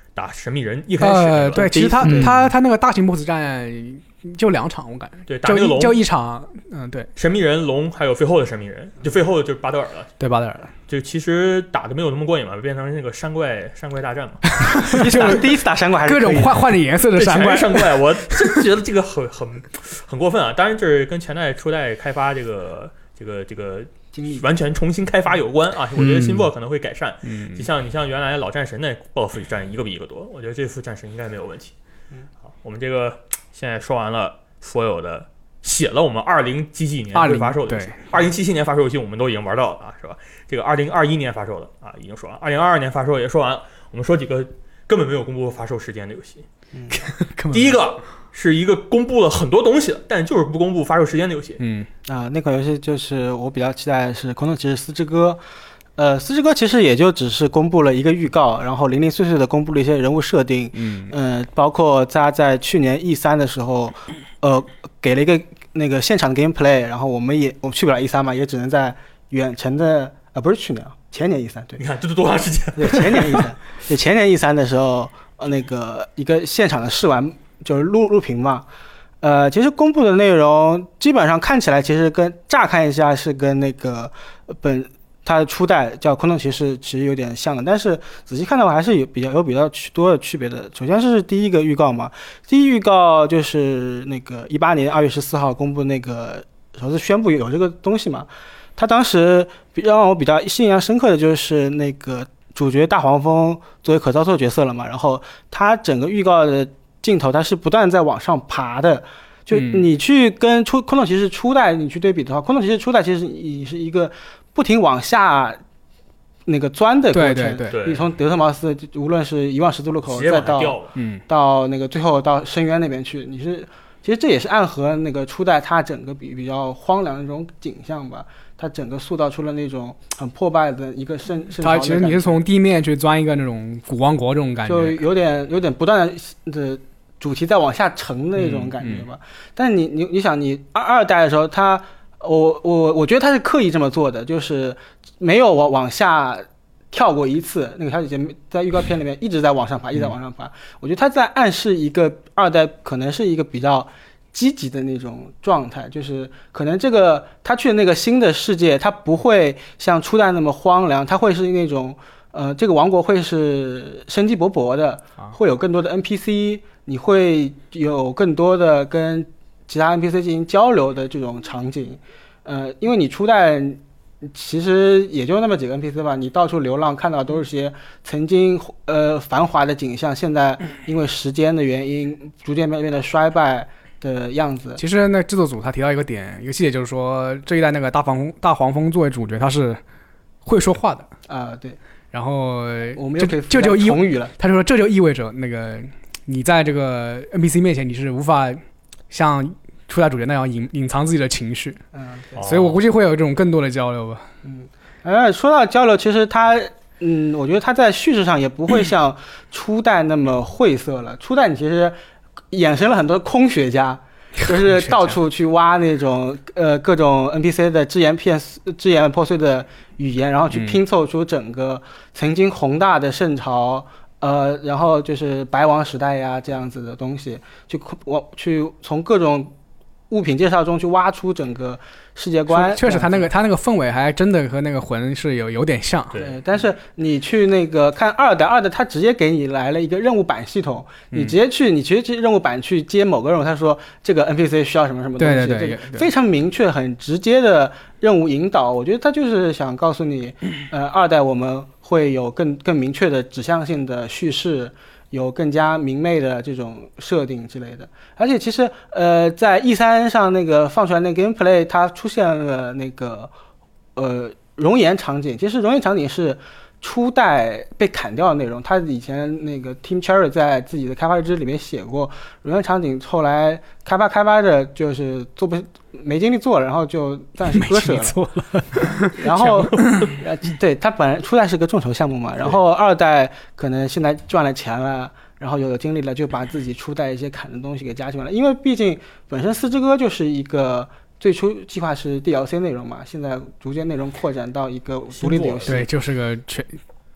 打神秘人一开始对，其实他那个大型 BOSS 战就2场，我感觉对打那个龙就一场，对， 神秘人龙还有最后的神秘人，就最后的就是巴德尔了， 对巴德尔， 就其实打的没有那么过瘾嘛，变成那个山怪大战嘛， 第一次打山怪还是各种换的颜色的山怪， 我真觉得这个很过分啊！当然这是跟前代初代开发这个经历完全重新开发有关啊，我觉得新 BOSS 可能会改善。你像原来老战神那 BOSS 战一个比一个多，我觉得这次战神应该没有问题。好，我们这个现在说完了所有的，写了我们20几几年会发售的游戏，2077年发售游戏我们都已经玩到了啊，是吧？这个2021年发售的啊已经说完，2022年发售也说完了，我们说几个根本没有公布发售时间的游戏。第一个是一个公布了很多东西的，但就是不公布发售时间的游戏。 那款游戏就是我比较期待的是《空洞骑士四之歌》。四之歌其实也就只是公布了一个预告，然后零零碎碎的公布了一些人物设定。包括他在去年 E3 的时候，给了一个那个现场的 gameplay， 然后我们去不了 E3 嘛，也只能在远程的不是去年前年 E3， 对， 你看这都多长时间？ 对，前年 E3， 对，前年 E3 的时候，那个一个现场的试玩就是录屏嘛。其实公布的内容基本上看起来，其实乍看一下是跟那个它的初代叫《空洞骑士》其实有点像的，但是仔细看的话还是有比较多的区别的。首先是第一个预告嘛，第一预告就是那个18年2月14号公布那个首次宣布有这个东西嘛。他当时让我比较印象深刻的就是那个主角大黄蜂作为可操作角色了嘛，然后他整个预告的镜头它是不断在往上爬的。就你去跟空洞骑士初代你去对比的话，空洞骑士初代其实你是一个不停往下那个钻的过程， 对， 你从德特茅斯无论是遗忘十字路口再到那个最后到深渊那边去，其实这也是暗合那个初代它整个比较荒凉的那种景象吧，它整个塑造出了那种很破败的一个圣朝的感觉。 其实你是从地面去钻一个那种古王国这种感觉， 就有点不断的主题在往下沉的那种感觉吧。但你想，你二代的时候，我觉得他是刻意这么做的，就是没有往下跳过一次。那个小姐姐在预告片里面一直在往上爬，一直在往上爬。我觉得他在暗示一个二代可能是一个比较积极的那种状态，就是可能这个他去的那个新的世界，他不会像初代那么荒凉，他会是那种这个王国会是生机勃勃的，会有更多的 NPC， 你会有更多的跟其他 NPC 进行交流的这种场景。因为你初代其实也就那么几个 NPC 吧，你到处流浪看到都是些曾经繁华的景象，现在因为时间的原因逐渐变得衰败的样子。 其实那制作组他提到一个细节，就是说这一代那个大黄蜂作为主角，他是会说话的对。 然后我们又可以就重语了。 他说这就意味着那个你在这个 NPC 面前你是无法像初代主角那样隐藏自己的情绪。所以我估计会有这种更多的交流吧。 说到交流，其实我觉得他在叙事上也不会像初代那么晦涩了。初代你其实衍生了很多空学家，就是到处去挖那种各种 NPC 的只言破碎的语言，然后去拼凑出整个曾经宏大的圣朝，然后就是白王时代呀这样子的东西，去从各种物品介绍中去挖出整个世界观。 确实他那个氛围还真的和那个魂是有点像。 对，但是你去那个看二代他直接给你来了一个任务板系统，你直接去任务板去接某个任务，他说这个 NPC 需要什么什么东西， 对， 非常明确很直接的任务引导。我觉得他就是想告诉你二代我们会有更明确的指向性的叙事，有更加明媚的这种设定之类的。而且其实在 E3 上那个放出来那个 gameplay， 它出现了那个熔岩场景。其实熔岩场景是初代被砍掉的内容，他以前那个 Team Cherry 在自己的开发日志里面写过，熔岩场景后来开发着就是没精力做了，然后就暂时割舍了。然后对，他本来初代是个众筹项目嘛，然后二代可能现在赚了钱了，然后有精力了，就把自己初代一些砍的东西给加进来了。因为毕竟本身四之歌就是一个最初计划是 DLC 内容嘛，现在逐渐内容扩展到一个独立的游戏。 对，就是个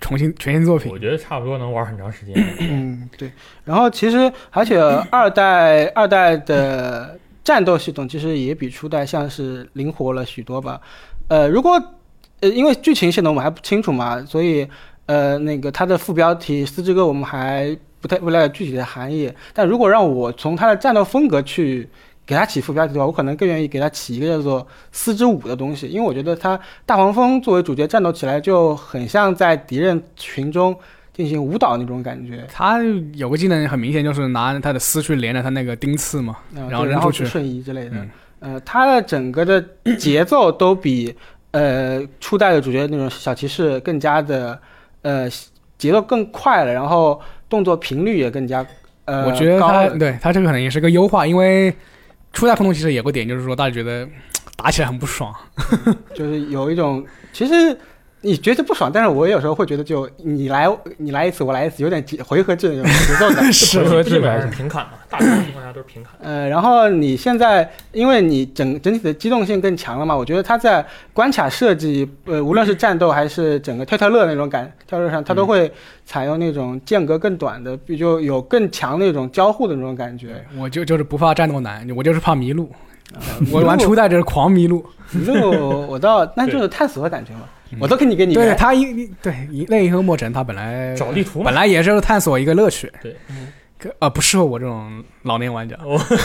全新作品。 我觉得差不多能玩很长时间。 对。然后其实而且二代的战斗系统其实也比初代像是灵活了许多吧。如果因为剧情线呢我们还不清楚嘛，所以那个它的副标题四之歌我们还不了解具体的含义。但如果让我从它的战斗风格去给它起副标题的话，我可能更愿意给它起一个叫做四之舞的东西，因为我觉得它大黄蜂作为主角战斗起来就很像在敌人群中进行舞蹈那种感觉。 他有个技能很明显，就是拿他的丝去连着他那个钉刺嘛，然后扔出去瞬移之类的。他的整个的节奏都比初代的主角那种小骑士更加的节奏更快了，然后动作频率也更加我觉得他这个可能也是个优化，因为初代空洞骑士有个点就是说大家觉得打起来很不爽， 就是有一种其实你觉得不爽，但是我有时候会觉得就你来一次我来一次，有点回合制的那种节奏感。 是回合制还是平砍嘛，大多数情况下都是平砍。 然后你现在因为你整体的机动性更强了嘛，我觉得它在关卡设计，无论是战斗还是整个跳乐那种跳乐上，它都会采用那种间隔更短的，就有更强那种交互的那种感觉。 我就是不怕战斗难，我就是怕迷路。我玩初代就是狂迷路。 迷路我倒那就是探索的感觉嘛。我都给你对他类银河墨尘，他本来找地图嘛， 本来也是探索一个乐趣。 对， 不适合我这种老年玩家。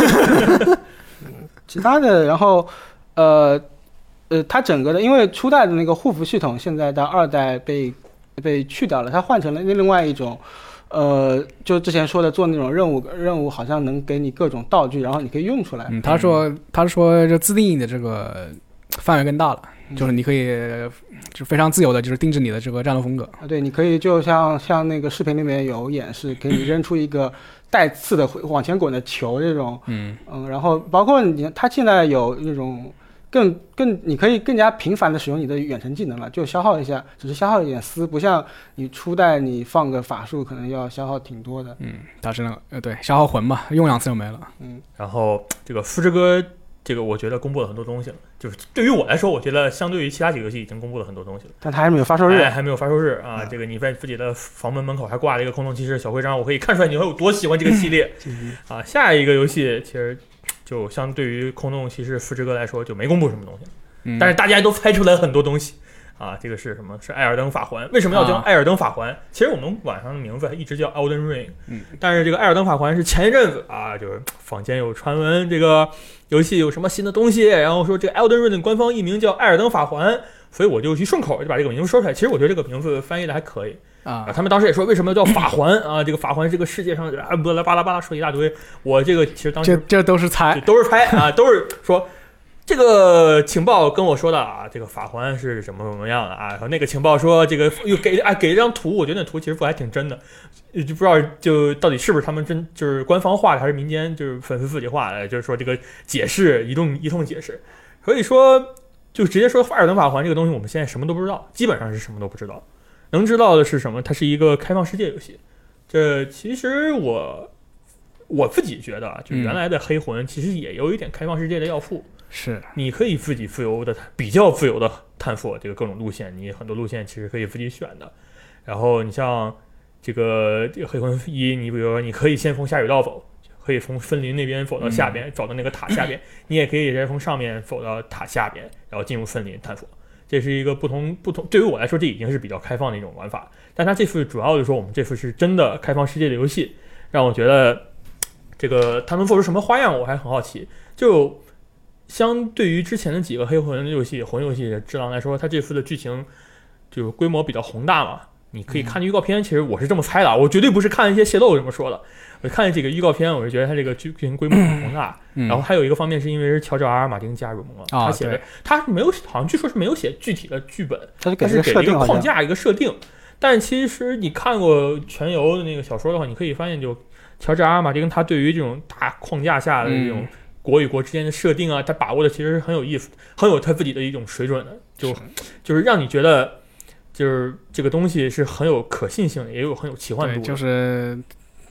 其他的，然后它整个的，因为初代的那个护符系统，现在到二代被去掉了，它换成了另外一种，就之前说的做那种任务好像能给你各种道具，然后你可以用出来。 他说就自定义的这个范围更大了。就是你可以就非常自由的，就是定制你的这个战斗风格。 对，你可以就像那个视频里面有演示，给你扔出一个带刺的往前滚的球这种，然后包括它现在有那种更你可以更加频繁的使用你的远程技能了，就消耗一下，只是消耗一点丝，不像你初代你放个法术可能要消耗挺多的。 它是那个对消耗魂嘛，用2次就没了。 然后这个复之歌。这个我觉得公布了很多东西了，就是对于我来说，我觉得相对于其他几个游戏已经公布了很多东西了， 但它还没有发售日， 还没有发售日啊！这个你在自己的房门口还挂了一个空洞骑士小徽章，我可以看出来你会有多喜欢这个系列啊！下一个游戏其实就相对于空洞骑士复之歌来说就没公布什么东西，但是大家都猜出来很多东西。这个是什么？是艾尔登法环。为什么要叫艾尔登法环？其实我们晚上的名字一直叫 Elden Ring，但是这个艾尔登法环是前一阵子就是坊间有传闻这个游戏有什么新的东西，然后说这个 Elden Ring 的官方译名叫艾尔登法环，所以我就去顺口就把这个名字说出来。其实我觉得这个名字翻译的还可以他们当时也说为什么要叫法环这个法环这个世界上巴拉巴拉说一大堆，我这个其实当时这都是猜， 都是猜都是说。这个情报跟我说的这个法环是什么样的然后那个情报说这个又给一张图，我觉得那图其实还挺真的，就不知道就到底是不是他们就是官方画的还是民间就是粉丝自己画的，就是说这个解释一通解释，所以说就直接说艾尔登法环这个东西我们现在什么都不知道，基本上是什么都不知道，能知道的是什么？它是一个开放世界游戏。这其实我自己觉得就原来的黑魂其实也有一点开放世界的要素。 是，你可以自己比较自由的探索这个各种路线，你很多路线其实可以自己选的。然后你像这个黑魂1，你比如说你可以先从下水道走，可以从森林那边走到下边，走到那个塔下边，你也可以直接从上面走到塔下边，然后进入森林探索。这是一个不同，对于我来说这已经是比较开放的一种玩法。但它这次主要就是说我们这次是真的开放世界的游戏，让我觉得这个它能做出什么花样我还很好奇。就相对于之前的几个黑魂游戏、魂游戏的质量来说，它这次的剧情就是规模比较宏大嘛。你可以看预告片，其实我是这么猜的，我绝对不是看一些泄露这么说的。我看这个预告片，我是觉得它这个剧情规模很宏大。然后还有一个方面是因为是乔治 R. 马丁加入了，他写的他没有，好像据说是没有写具体的剧本，他是给了一个框架、一个设定。但其实你看过全游的那个小说的话，你可以发现，就乔治 R. 马丁他对于这种大框架下的这种国与国之间的设定他把握的其实是很有意思，很有他自己的一种水准的，就是让你觉得就是这个东西是很有可信性的，也有很有奇幻度的。 就是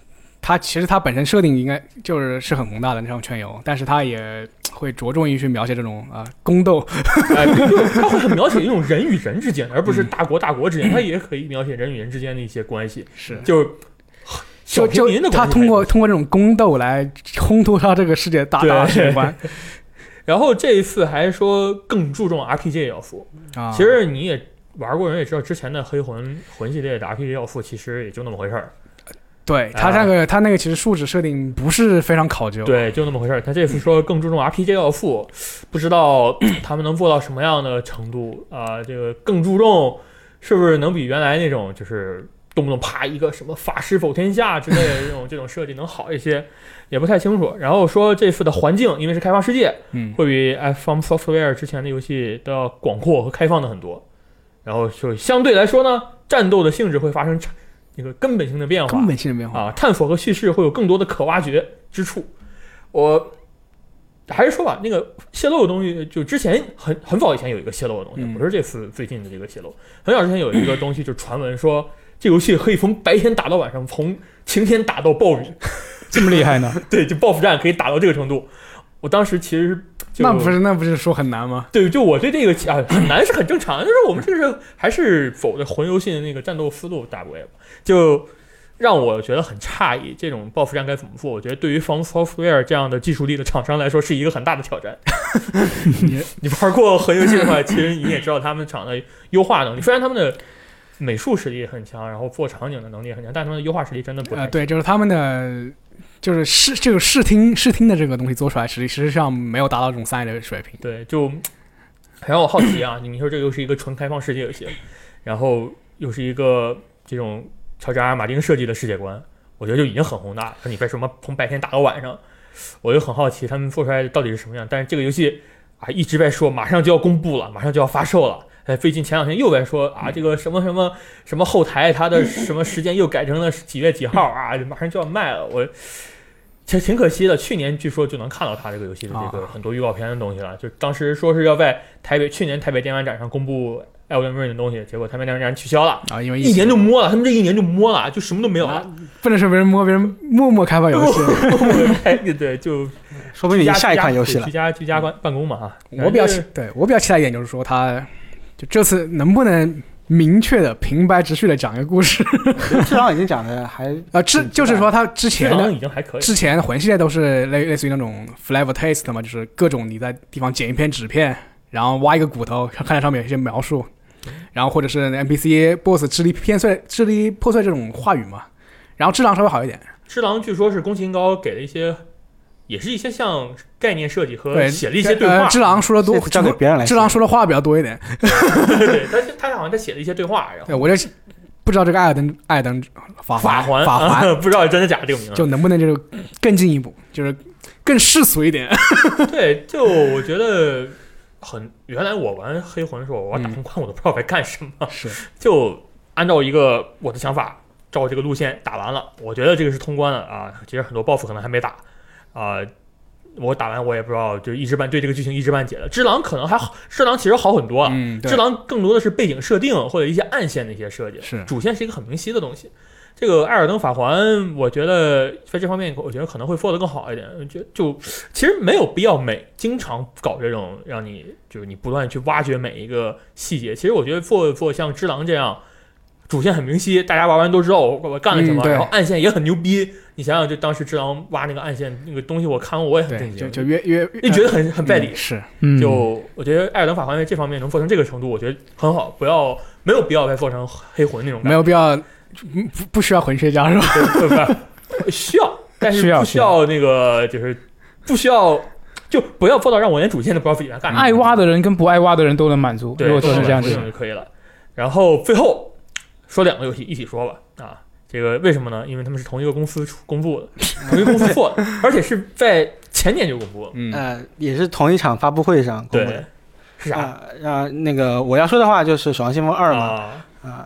它其实它本身设定应该是很宏大的那种圈游，但是它也会着重于去描写这种宫斗， 它会很描写一种人与人之间，而不是大国大国之间，它也可以描写人与人之间的一些关系， 是小平民的关系。 他通过这种宫斗来烘托他这个世界大的世界观。 然后这一次还说更注重 RPG 要素啊， 其实你也玩过人也知道，之前的黑魂系列的 RPG 要素其实也就那么回事儿。 对他那个其实数值设定不是非常考究， 对，就那么回事儿。他这次说更注重 RPG 要素，不知道他们能做到什么样的程度啊？这个更注重是不是能比原来那种就是动不动啪一个什么法师否天下之类的这种设计能好一些，也不太清楚。然后说这次的环境因为是开放世界，会比 From Software 之前的游戏都要广阔和开放的很多。然后就相对来说呢，战斗的性质会发生一个根本性的变化，啊，探索和叙事会有更多的可挖掘之处。我还是说吧，那个泄露的东西，就之前很早以前有一个泄露的东西，不是这次最近的这个泄露。很早之前有一个东西，就传闻说这游戏可以从白天打到晚上，从晴天打到暴雨， 这么厉害呢？ 对，就报复战可以打到这个程度。我当时其实那不是说很难吗？ 对，就我对这个很难是很正常的，就是我们这是还是否的魂游戏的那个战斗思路大不了，就让我觉得很诧异。这种报复战该怎么做？我觉得对于 From Software 这样的技术力的厂商来说是一个很大的挑战。你玩过魂游戏的话，其实你也知道他们厂的优化能力，虽然他们的美术实力很强，然后做场景的能力也很强，但他们的优化实力真的不太强。 对，就是他们的。就是视听的这个东西做出来，实际上没有达到这种3A 的水平。 对，就很让我好奇啊！你说这又是一个纯开放世界游戏，然后又是一个这种乔治·阿尔马丁设计的世界观，我觉得就已经很宏大了。你为什么从白天打到晚上？我就很好奇他们做出来的到底是什么样。但是这个游戏一直在说马上就要公布了，马上就要发售了。最近前2天又在说这个什么后台它的什么时间又改成了几月几号啊，马上就要卖了。我其实挺可惜的，去年据说就能看到它这个游戏的这个很多预告片的东西了，就当时说是要在去年台北电玩展上公布Elden Ring 的东西，结果台北电玩展取消了啊，因为 1年就摸了，他们这1年就摸了，就什么都没有了。 不能说别人摸，别人默默开发游戏， 对，就说不定你下一款游戏了， 居家办公嘛哈。 我比较期待一点就是说他。就这次能不能明确的平白直叙的讲一个故事？ 至少已经讲的还就是说他之前已经还可以， 之前魂系列都是类似于那种 flavor taste 嘛，就是各种你在地方捡一片纸片，然后挖一个骨头，看在上面有一些描述，然后或者是 NPC boss 支离破碎这种话语嘛。然后智狼稍微好一点， 智狼据说是宫崎英高给了一些。也是一些像概念设计和写了一些对话。 智狼说的多， 交给别人来。 智狼说的话比较多一点。 对，他好像在写了一些对话，然后对我就不知道这个艾尔登法环不知道真的假的这个名， 就能不能就是更进一步，就是更世俗一点。 对，就我觉得原来我玩黑魂的时候，我玩打通关我都不知道该干什么， 是就按照一个我的想法，照这个路线打完了，我觉得这个是通关了啊。其实很多 BOSS 可能还没打。我打完我也不知道，就一知半对这个剧情一知半解的。智狼可能还好，智狼其实好很多了。智狼更多的是背景设定或者一些暗线的一些设计， 是主线是一个很明晰的东西。这个艾尔登法环，我觉得在这方面，我觉得可能会做得更好一点。就其实没有必要经常搞这种让你就是你不断去挖掘每一个细节。其实我觉得做像智狼这样。主线很明晰，大家玩完都知道我干了什么，然后暗线也很牛逼。你想想，就当时智狼挖那个暗线那个东西，我看完我也很震惊， 就越觉得很在理。 是， 就我觉得艾尔登法环在这方面能做成这个程度，我觉得很好。没有必要再做成黑魂那种感觉， 没有必要，不需要魂学家是吧？ 对吧？需要，但是不需要那个，就是不需要。就不要做到让我连主线都不知道自己在干什么。 爱挖的人跟不爱挖的人都能满足， 如果做成这样子就可以了。然后最后。说2个游戏一起说吧啊，这个为什么呢？因为他们是同一个公司公布的，同一个公司做的，而且是在前年就公布了。 也是同一场发布会上公布的。 是啥？ 那个我要说的话就是《守望先锋2》嘛。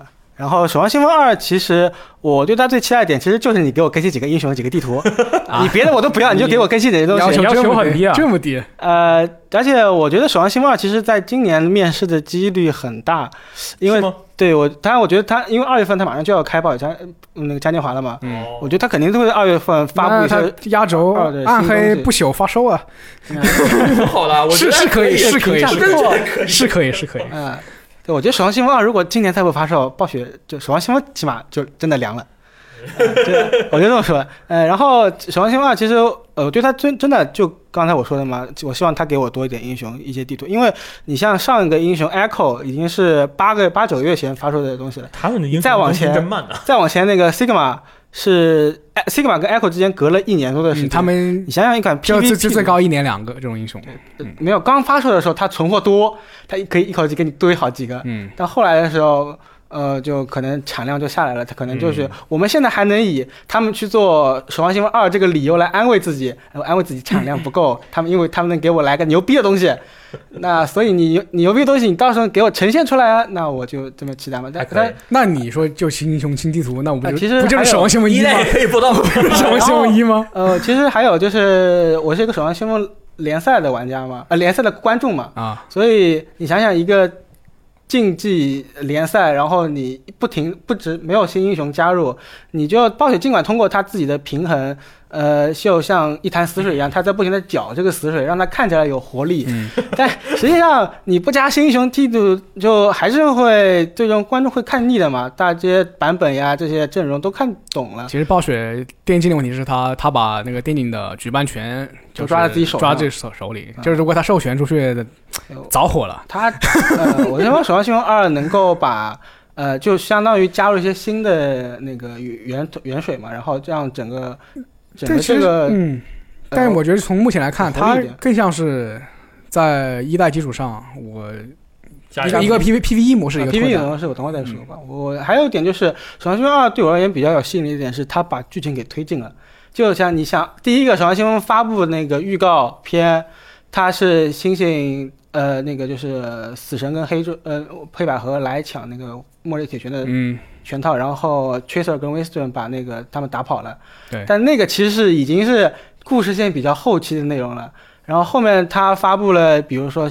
然后《守望先锋2》其实我对它最期待的点，其实就是你给我更新几个英雄、几个地图，你别的我都不要，你就给我更新这些东西。 要求很低啊， 这么低。 而且我觉得《守望先锋2》其实在今年面试的几率很大，因为对当然我觉得它因为2月份它马上就要开暴雪那个嘉年华了嘛，我觉得它肯定都会2月份发布一些压轴暗黑不朽发售啊。 好了，我觉得是可以，是可以，是可以。 对，我觉得《守望先锋2》如果今年再不发售，暴雪就《守望先锋》起码就真的凉了。对，我就这么说。然后《守望先锋2》其实我对它真的就刚才我说的嘛，我希望它给我多一点英雄一些地图，因为你像上一个英雄 Echo 已经是8、9个月前发售的东西了， 他们的英雄再往前真慢啊， 再往前那个 Sigma 是 Sigma 跟 Echo 之间隔了1年多的时间， 他们你想想一款 PVP 最高1年2个这种英雄， 没有刚发售的时候它存货多，它可以一口气给你堆好几个，但后来的时候。就可能产量就下来了，它可能就是我们现在还能以他们去做《守望先锋2》这个理由来安慰自己产量不够，因为他们能给我来个牛逼的东西，那所以你牛逼的东西你到时候给我呈现出来啊，那我就这么期待嘛。 那你说就新英雄新地图，那我不其实不就是《守望先锋1》吗？ 可以做到《 守望先锋1》吗？ 其实还有就是我是一个《守望先锋》联赛的玩家嘛，联赛的观众嘛，所以你想想一个。竞技联赛，然后你没有新英雄加入，你就暴雪尽管通过他自己的平衡，就像一潭死水一样，他在不停的搅这个死水，让它看起来有活力。但实际上你不加新英雄地图，就还是会最终观众会看腻的嘛。大街版本呀，这些阵容都看懂了。 其实暴雪电竞的问题是他把那个电竞的举办权就抓在自己手上， 手里，就是如果他授权出去的，早火了。 我认为《守望先锋2》能够把。就相当于加入一些新的那个原水嘛，然后这样整个这个， 但是我觉得从目前来看，它更像是在1代基础上，我一个 PVE 模式，一个 PVE 模式，我等会再说吧。我还有一点就是《守望先锋2》对我而言比较有吸引力的一点是，它把剧情给推进了。就像你想，第一个《守望先锋》发布那个预告片，它是星星。那个就是死神跟黑百合来抢那个末日铁拳的拳套，然后 Tracer 跟 Winston 把那个他们打跑了。 对， 但那个其实已经是故事线比较后期的内容了。然后后面他发布了，比如说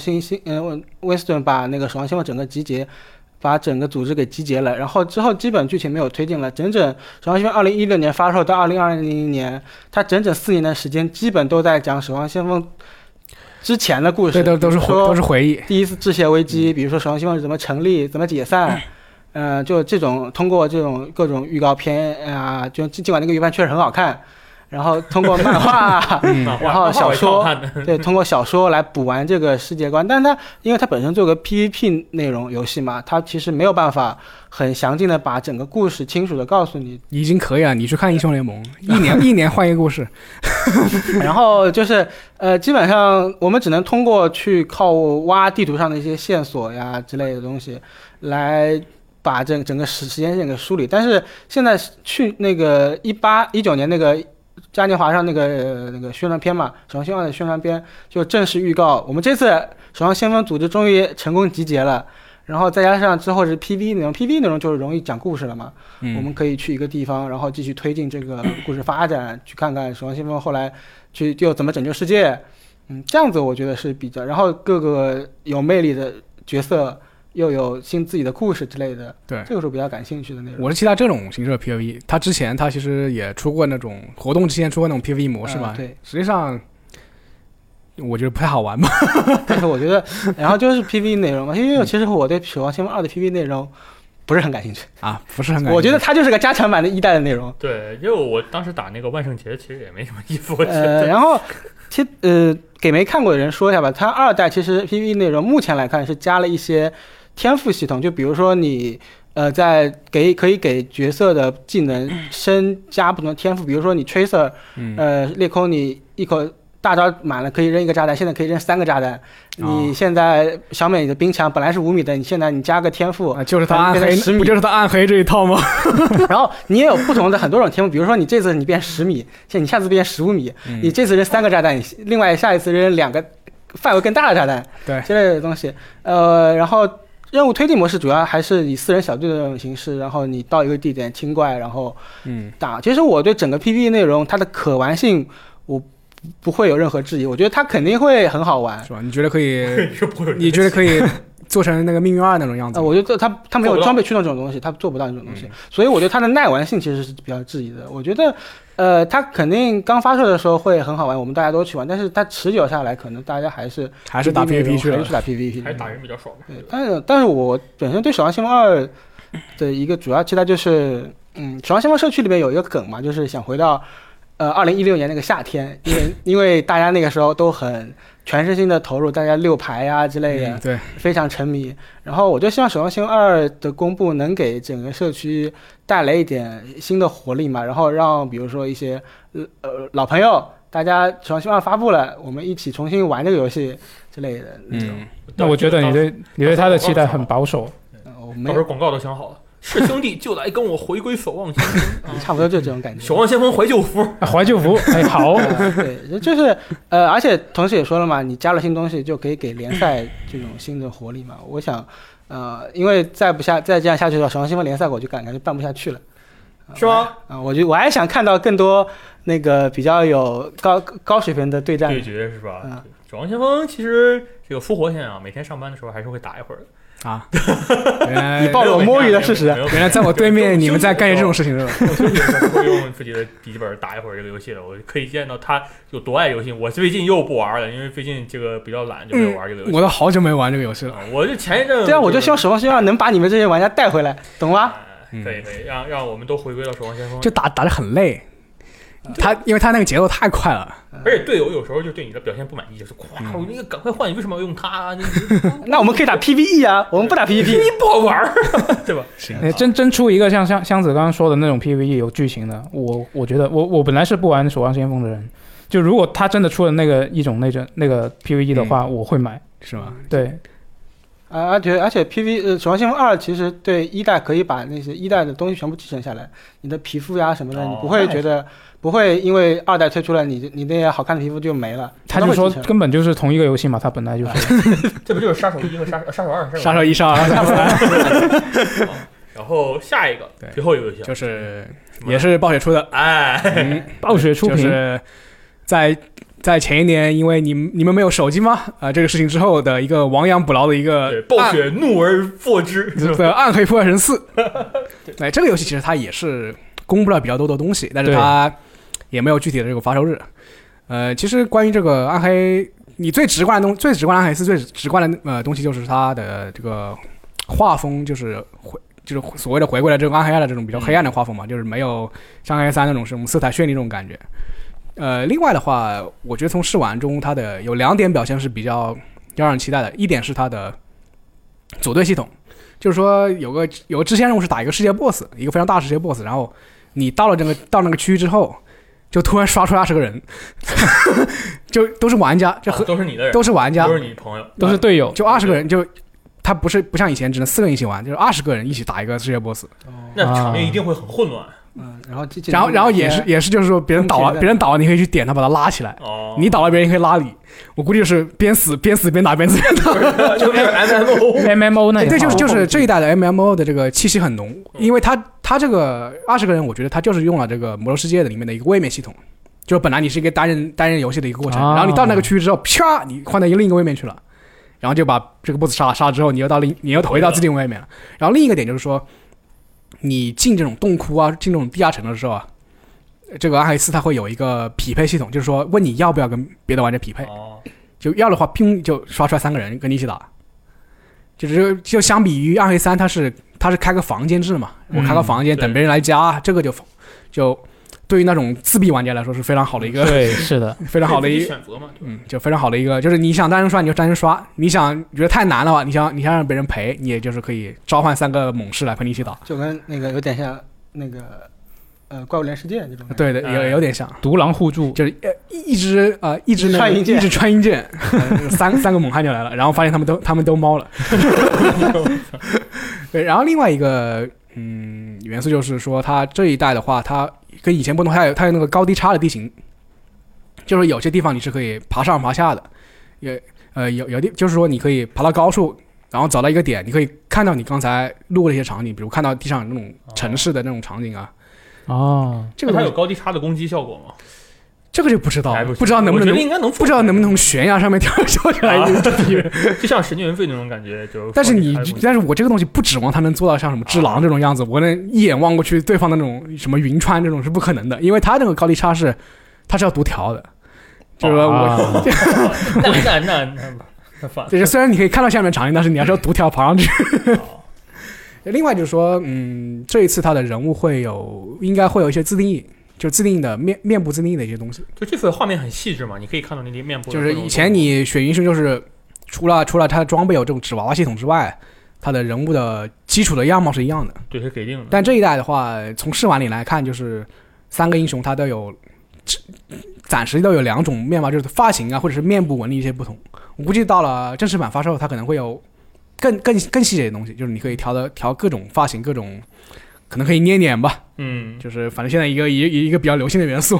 Winston 把那个守望先锋整个集结，把整个组织给集结了。然后之后基本剧情没有推进了，整整守望先锋2016年发售到2020年，它整整4年的时间，基本都在讲守望先锋。之前的故事， 对，都是回忆。 第一次致谢危机，比如说守望先锋是怎么成立、怎么解散，就这种通过这种各种预告片啊，就尽管那个预告片确实很好看，然后通过漫画，然后小说，对，通过小说来补完这个世界观。但是它因为它本身做个 PVP 内容游戏嘛，它其实没有办法很详尽的把整个故事清楚的告诉你。 已经可以了，你去看英雄联盟，一年换一个故事。 然后就是基本上我们只能通过去靠挖地图上的一些线索呀之类的东西来把整个时间线给梳理。但是现在去那个19年那个嘉年华上那个宣传片嘛，守望先锋的宣传片就正式预告，我们这次守望先锋组织终于成功集结了。然后再加上之后是 PVE 内容 ，PVE 内容就是容易讲故事了嘛。我们可以去一个地方，然后继续推进这个故事发展，去看看守望先锋后来又怎么拯救世界。这样子我觉得是比较，然后各个有魅力的角色又有自己的故事之类的， 对， 这个是比较感兴趣的内容。 我是期待这种形式的 PVE， 它之前它其实也出过那种活动之前出过那种 PVE 模式嘛， 对， 实际上。我觉得不太好玩吧， 但是我觉得，然后就是 PVE 内容嘛，因为其实我对《守望先锋2》的 PVE 内容不是很感兴趣啊，不是很感兴趣。 我觉得它就是个加强版的1代的内容。 对，因为我当时打那个万圣节，其实也没什么意思。 然后给没看过的人说一下吧，它2代其实 PVE 内容目前来看是加了一些天赋系统，就比如说你可以给角色的技能加不同的天赋，比如说你 Tracer，裂空你一口。大招满了可以扔1个炸弹，现在可以扔3个炸弹。你现在小美的冰墙本来是5米的，你现在你加个天赋， 就是他暗黑10米，不就是他暗黑这一套吗？ 然后你也有不同的很多种天赋，比如说你这次你变10米，你下次变15米，你这次扔3个炸弹，你另外下一次扔2个范围更大的炸弹， 对， 之类的东西。然后任务推进模式主要还是以4人小队的这种形式，然后你到一个地点清怪，然后打。其实我对整个 PVE 内容它的可玩性，我不会有任何质疑，我觉得它肯定会很好玩， 是吧？你觉得可以？你觉得可以做成那个命运2那种样子？ 我觉得它没有装备驱动这种东西，它做不到那种东西，所以我觉得它的耐玩性其实是比较质疑的。我觉得。它肯定刚发售的时候会很好玩，我们大家都去玩，但是它持久下来，可能大家还是打 PVP 去了， 还是打 PVP， 还是打人比较爽。 对，但是我本身对《守望先锋2》的一个主要期待就是，守望先锋社区里面有一个梗嘛，就是想回到2016年那个夏天，因为大家那个时候都很全身心的投入，大家溜牌啊之类的， 对， 非常沉迷。然后我就希望《守望先锋2》的公布能给整个社区带来一点新的活力嘛，然后让比如说一些老朋友，大家《守望先锋2》发布了，我们一起重新玩这个游戏之类的那种。 那我觉得你对他的期待很保守。 到时候广告都想好了。是兄弟就来跟我回归守望先锋， 差不多就这种感觉。 守望先锋怀旧服， 怀旧服，哎，好。 对，就是而且同时也说了嘛，你加了新东西就可以给联赛这种新的活力嘛。我想，因为再这样下去的话，守望先锋联赛我就感觉办不下去了， 是吗？ 我还想看到更多那个比较有高水平的对战对决，是吧？守望先锋其实这个复活线啊，每天上班的时候还是会打一会儿的。 啊！ 你暴露我摸鱼的事实。 原来在我对面，你们在干些这种事情是吧？ 我休息的时候会用自己的笔记本打一会儿这个游戏的，我可以见到他有多爱游戏。我最近又不玩了，因为最近这个比较懒，就没有玩这个游戏。 我都好久没玩这个游戏了。 我就前一阵， 这样我就希望守望先锋能把你们这些玩家带回来，懂吗？ 可以，让我们都回归到守望先锋。 就打得很累。因为他那个节奏太快了， 而且队友有时候就对你的表现不满意，就是我那个赶快换，你为什么要用他啊？ 那我们可以打 PVE 啊，我们不打 PVP 不好玩，对吧？ 真出一个像箱子刚刚说的那种 PVE 有剧情的，我觉得我本来是不玩守望先锋的人，就如果他真的出了那个一种那个 PVE 的话，我会买， 是吗？ 对。 而且 守望先锋2其实对1代可以把那些1代的东西全部继承下来，你的皮肤呀什么的，你不会觉得不会因为2代推出了你那些好看的皮肤就没了。 他就说根本就是同一个游戏嘛，他本来就是。 这不就是杀手1和杀手2？ 杀手1、杀手2。 然后下一个最后一个游戏就是也是暴雪出的， 暴雪出品， 就是在前一年，因为你们没有手机吗？这个事情之后的一个亡羊补牢的一个暴雪怒而获之的《暗黑破坏神4》。对，这个游戏其实它也是公布了比较多的东西，但是它也没有具体的这个发售日。其实关于这个暗黑，你最直观的暗黑4最直观的东西就是它的这个画风，就是所谓的回归了这个暗黑的这种比较黑暗的画风嘛，就是没有像暗黑3那种什么色彩绚丽这种感觉。另外的话，我觉得从试玩中，它的有2点表现是比较让人期待的。一点是它的组队系统，就是说有个支线任务是打一个世界 BOSS， 一个非常大的世界 BOSS， 然后你到那个区域之后，就突然刷出20个人，就都是玩家， 都是你的人， 都是玩家， 都是你朋友， 都是队友， 就20个人就。它不像以前只能4个人一起玩，就是20个人一起打一个世界 BOSS， 那场面一定会很混乱。 然后也是就是说别人倒了，你可以去点他把他拉起来。你倒了，别人可以拉你。我估计就是边死边打边自愿打， 就 MMO 那对，就是这一代的 MMO 的这个气息很浓，因为他这个20个人，我觉得他就是用了这个魔兽世界的里面的一个位面系统，就是本来你是一个单人游戏的一个过程，然后你到那个区域之后，啪，你换到另一个位面去了。然后就把这个 BOSS 杀了之后，你又回到自己位面了。然后另一个点就是说，你进这种洞窟啊，进这种地下城的时候啊，这个暗黑4它会有一个匹配系统，就是说问你要不要跟别的玩家匹配，就要的话，砰就刷出来3个人跟你一起打。就相比于暗黑3，它是开个房间制嘛，我开个房间等别人来加，这个就。对于那种自闭玩家来说是非常好的一个， 对，是的， 非常好的一个选择嘛， 就非常好的一个，就是你想单人刷你就单人刷，你想觉得太难的话，你想让别人陪，你也就是可以召唤3个猛士来陪你一起打， 就跟那个有点像那个怪物猎人世界这种， 对的，有点像独狼互助， 就是一直穿阴剑三个猛汉就来了，然后发现他们都猫了，对，然后另外一个元素就是说，它这一代的话，它跟以前不同，它有那个高低差的地形，就是有些地方你是可以爬上爬下的，有就是说你可以爬到高处， 然后找到一个点，你可以看到你刚才录的一些场景，比如看到地上那种城市的那种场景啊。 哦， 这个它有高低差的攻击效果吗？ 这个就不知道，不知道能不我觉能得应该能， 不知道能不能从悬崖上面跳下来一个敌人， 就像神经元费那种感觉。就但是我这个东西不指望它能做到像什么只狼这种样子，我能一眼望过去对方的那种什么云川这种是不可能的，因为它那个高低差它是要读条的，就是说我那反就是虽然你可以看到下面场景，但是你还是要读条爬上去。另外就是说，这一次它的人物应该会有一些自定义。就自定义的面部自定义的一些东西， 就这次画面很细致嘛，你可以看到那些面部。 就是以前你选英雄，就是除了它的装备有这种纸娃娃系统之外，它的人物的基础的样貌是一样的， 对，是给定的。 但这一代的话，从试玩里来看，就是3个英雄它都有暂时都有2种面貌，就是发型啊或者是面部纹理一些不同。我估计到了正式版发售，它可能会有更细节的东西，就是你可以调各种发型，各种。可能可以捏吧，就是反正现在一个比较流行的元素。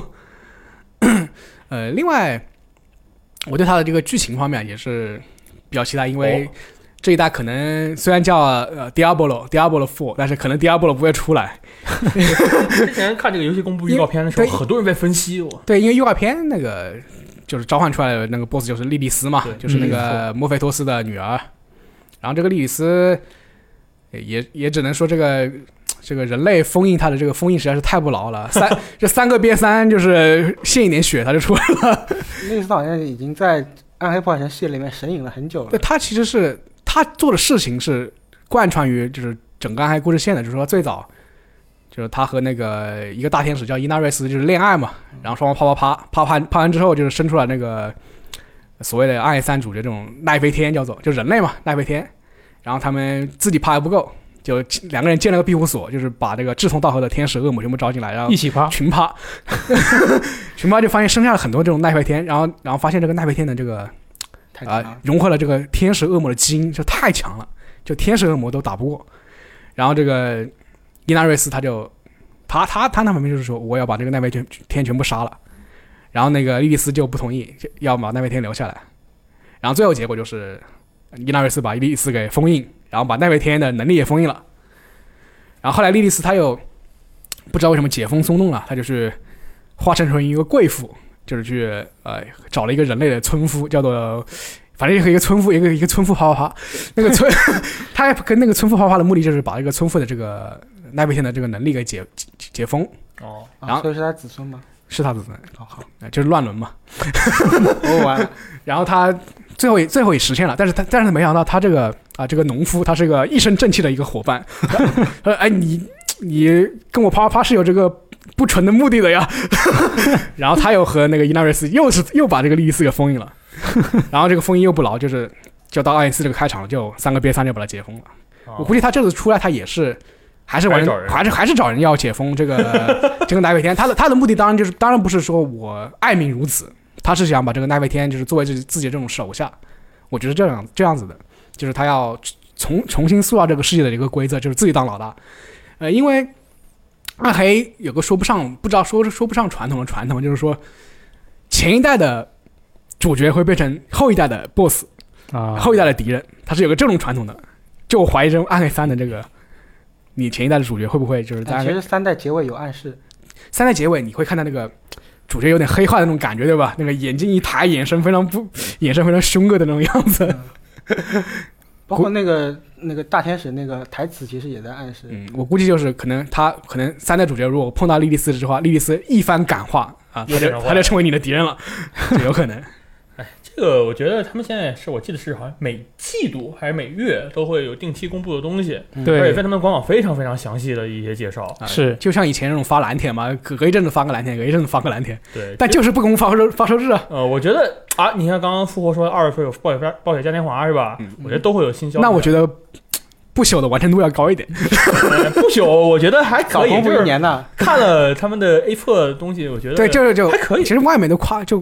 另外，我对它的这个剧情方面也是比较期待，因为这一代可能虽然叫Diablo 4，但是可能 Diablo 不会出来。 之前看这个游戏公布预告片的时候，很多人在分析对，因为预告片那个就是召唤出来的那个 BOSS 就是莉莉丝嘛，就是那个墨菲托斯的女儿。然后这个莉莉丝也只能说这个人类封印它的这个封印实在是太不牢了，这3个瘪3就是献一点血它就出来了。 莉莉丝好像已经在暗黑破坏神系列里面神隐了很久了。 对，他其实是他做的事情是贯穿于就是整个暗黑故事线的，就是说最早就是他和那个一个大天使叫伊纳瑞斯就是恋爱嘛，然后双方啪完之后就是生出了那个所谓的暗黑3主角这种奈飞天，叫做就人类嘛奈飞天，然后他们自己啪还不够。就2个人建了个庇护所，就是把这个志同道合的天使恶魔全部招进来，然后一起趴群趴，群趴就发现生下了很多这种奈飞天，然后发现这个奈飞天的这个融合了这个天使恶魔的基因，就太强了，就天使恶魔都打不过。然后这个伊纳瑞斯他那方面就是说我要把这个奈飞天全部杀了，然后那个莉莉丝就不同意，就要把奈飞天留下来，然后最后结果就是伊纳瑞斯把莉莉丝给封印。然后把奈飞天的能力也封印了，然后后来莉莉丝她又不知道为什么解封松动了，她就是化身成一个贵妇，就是去找了一个人类的村夫，叫做反正一个村夫，一个村夫啪，那个村他跟那个村夫啪的目的就是把这个村夫的这个奈飞天的这个能力给解封。然后所以是他子孙吗？ 是他子孙，好，就是乱伦嘛。 完了。 然后他最后也实现了，但是没想到他这个农夫他是个一身正气的一个伙伴。哎，你跟我啪是有这个不纯的目的的呀。然后他又和那个伊纳瑞斯又把这个莉莉丝给封印了。然后这个封印又不牢，就到2.4这个开场就3个瘪3就把他解封了。我估计他这次出来他也是。还是找人要解封这个奈飞天，他的目的当然不是说我爱民如子，他是想把这个奈飞天就是作为自己这种手下，我觉得这样子的，就是他要重新塑造这个世界的一个规则，就是自己当老大。因为暗黑有个不知道说不上传统的传统，就是说前一代的主角会变成后一代的 BOSS 后一代的敌人，他是有个这种传统的。就我怀疑这种暗黑3的这个。你前一代的主角会不会就是在？ 其实3代结尾有暗示。 3代结尾你会看到那个主角有点黑化的那种感觉，对吧？那个眼睛一抬，眼神非常凶恶的那种样子。 包括那个大天使那个台词，其实也在暗示。 我估计就是可能3代主角如果碰到莉莉丝之后，莉莉丝一番感化啊，他就成为你的敌人了，就有可能。 这个我觉得他们现在我记得是好像每季度还是每月都会有定期公布的东西， 对， 而且在他们官网非常非常详细的一些介绍， 是就像以前那种发蓝帖嘛，隔一阵子发个蓝帖，隔一阵子发个蓝帖， 对， 但就是不公布发售日啊。 我觉得你看刚刚复活说2月份有暴雪嘉年华是吧？我觉得都会有新消息。 那我觉得不朽的完成度要高一点。 不朽我觉得还可以， 就是1年呢。 看了他们的 A 测的东西，我觉得对，就还可以。 其实外面都夸就。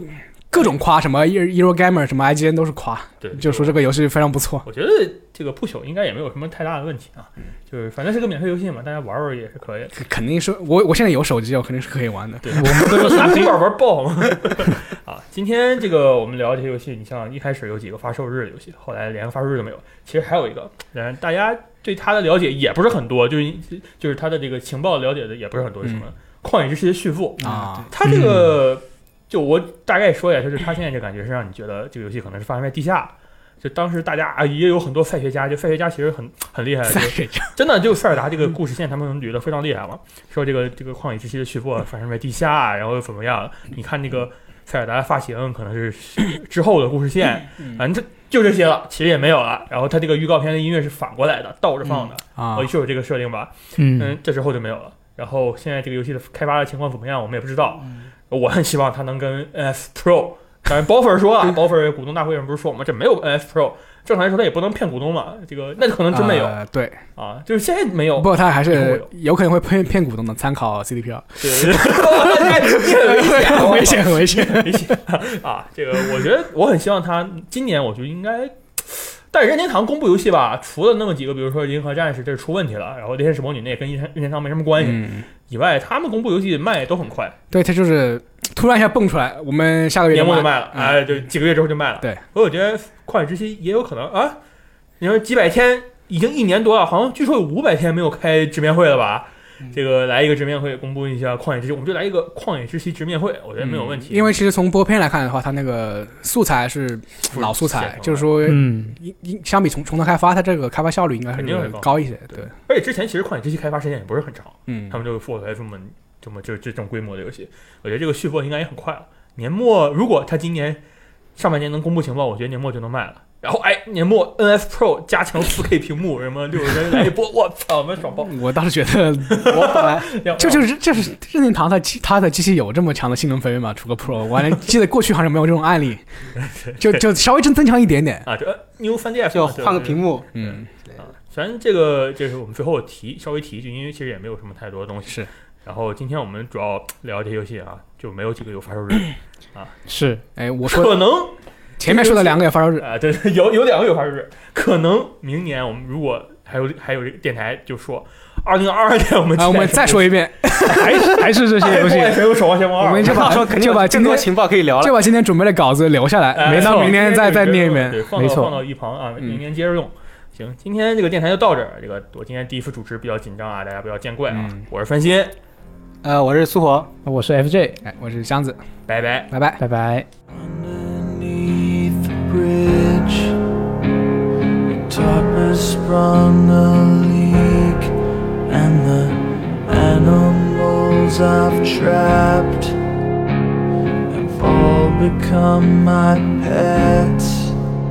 各种夸，什么 Eurogamer 什么 IGN 都是夸， 对， 就说这个游戏非常不错。 我觉得这个不朽应该也没有什么太大的问题啊，就是反正是个免费游戏嘛，大家玩玩也是可以的。 肯定是我现在有手机，我肯定是可以玩的。 对，我们都有拿平板玩爆嘛。啊，今天这个我们聊这些游戏，你像一开始有几个发售日的游戏，后来连个发售日都没有。其实还有一个，大家对它的了解也不是很多，就是它的这个情报了解的也不是很多，是什么？旷野之息的续作啊， 它这个。就我大概说一下，就是他现在这感觉是让你觉得这个游戏可能是发生在地下。就当时大家啊也有很多赛学家，就赛学家其实很厉害，真的就塞尔达这个故事线他们捋得非常厉害嘛。说这个旷野之息的续作发生在地下，然后又怎么样？你看那个塞尔达的发型可能是之后的故事线，反正就这些了，其实也没有了。然后他这个预告片的音乐是反过来的，倒着放的，就有这个设定吧。这之后就没有了。然后现在这个游戏的开发的情况怎么样，我们也不知道。我很希望它能跟 NF Pro， 当然 Boffer 说了，Boffer 股东大会上不是说我们这没有 NF Pro， 正常来说他也不能骗股东嘛，这个那可能真没有， 对啊，就是现在没有，不过他还是有可能会骗股东的，参考 CDPR， 对，很危险， 很危险啊！这个我觉得我很希望他今年，我觉得应该。但任天堂公布游戏吧，除了那么几个，比如说《银河战士》这是出问题了，然后《猎天使魔女》那也跟任天堂没什么关系，以外，他们公布游戏卖都很快。 对，他就是突然一下蹦出来，我们下个月年末就卖了，哎，就几个月之后就卖了。 对， 所以我觉得《旷野之息》也有可能啊，你说几百天，已经1年多了，好像据说有500天没有开直面会了吧？这个来一个直面会，公布一下旷野之息，我们就来一个旷野之息直面会，我觉得没有问题。 因为其实从播片来看的话，它那个素材是老素材，就是说，相比从头开发，它这个开发效率应该是高一些。对， 而且之前其实旷野之息开发时间也不是很长，他们就做出来这种规模的游戏，我觉得这个续作应该也很快了。年末如果他今年上半年能公布情报，我觉得年末就能卖了。然后年末 NF Pro 加强 4K 屏幕，什么60帧来一波，我操，我们爽爆！ 我倒是觉得，我本来就是任天堂它的机器有这么强的性能飞跃吗？出个 Pro， 我还记得过去好像没有这种案例，就稍微增强一点点啊，这 New 3DS 就换个屏幕， 反正这是我们最后稍微提一句，因为其实也没有什么太多的东西。 是。 然后今天我们主要聊这些游戏啊，就没有几个有发售日啊。 是， 我说可能。 前面说的2个有发售日啊，对，有2个有发售日，可能明年我们如果还有这个电台就说2022年我们再说一遍， 还是这些游戏， 谁有守望先锋2， 我们就把今天情报可以聊了， 就把今天准备的稿子留下来，没到明年再念一遍， 没错，放到一旁啊，明年接着用。行，今天这个电台就到这儿。这个我今天第一次主持比较紧张啊，大家不要见怪啊。我是范鑫， 我是苏活， 我是 FJ， 我是箱子， 拜拜， 拜拜， 拜拜。 Bridge, the top has sprung a leak, and the animals I've trapped have all become my pets.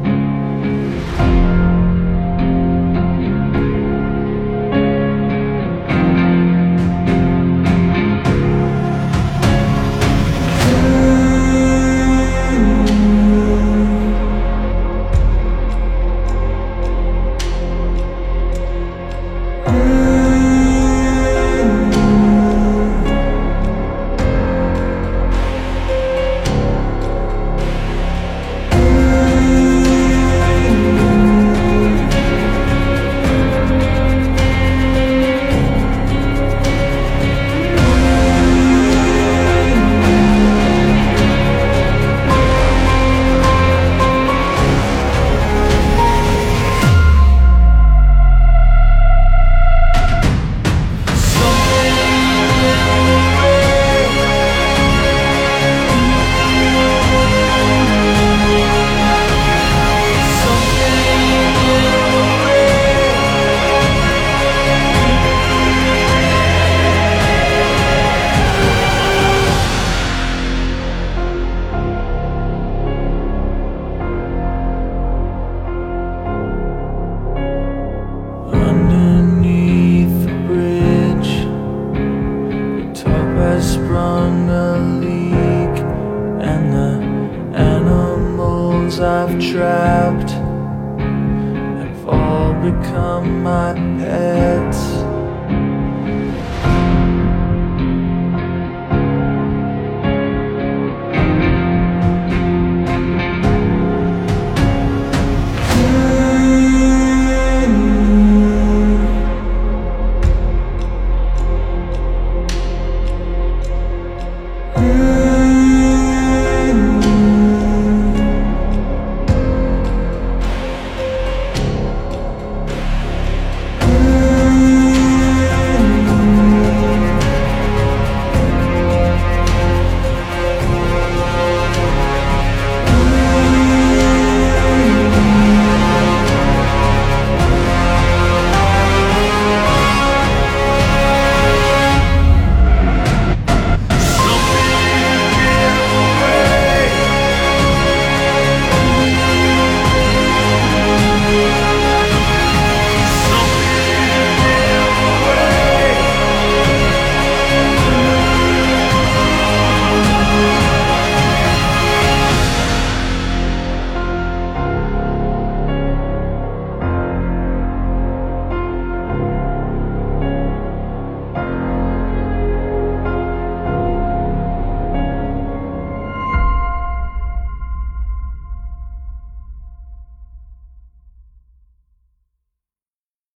I've trapped have all become my pets.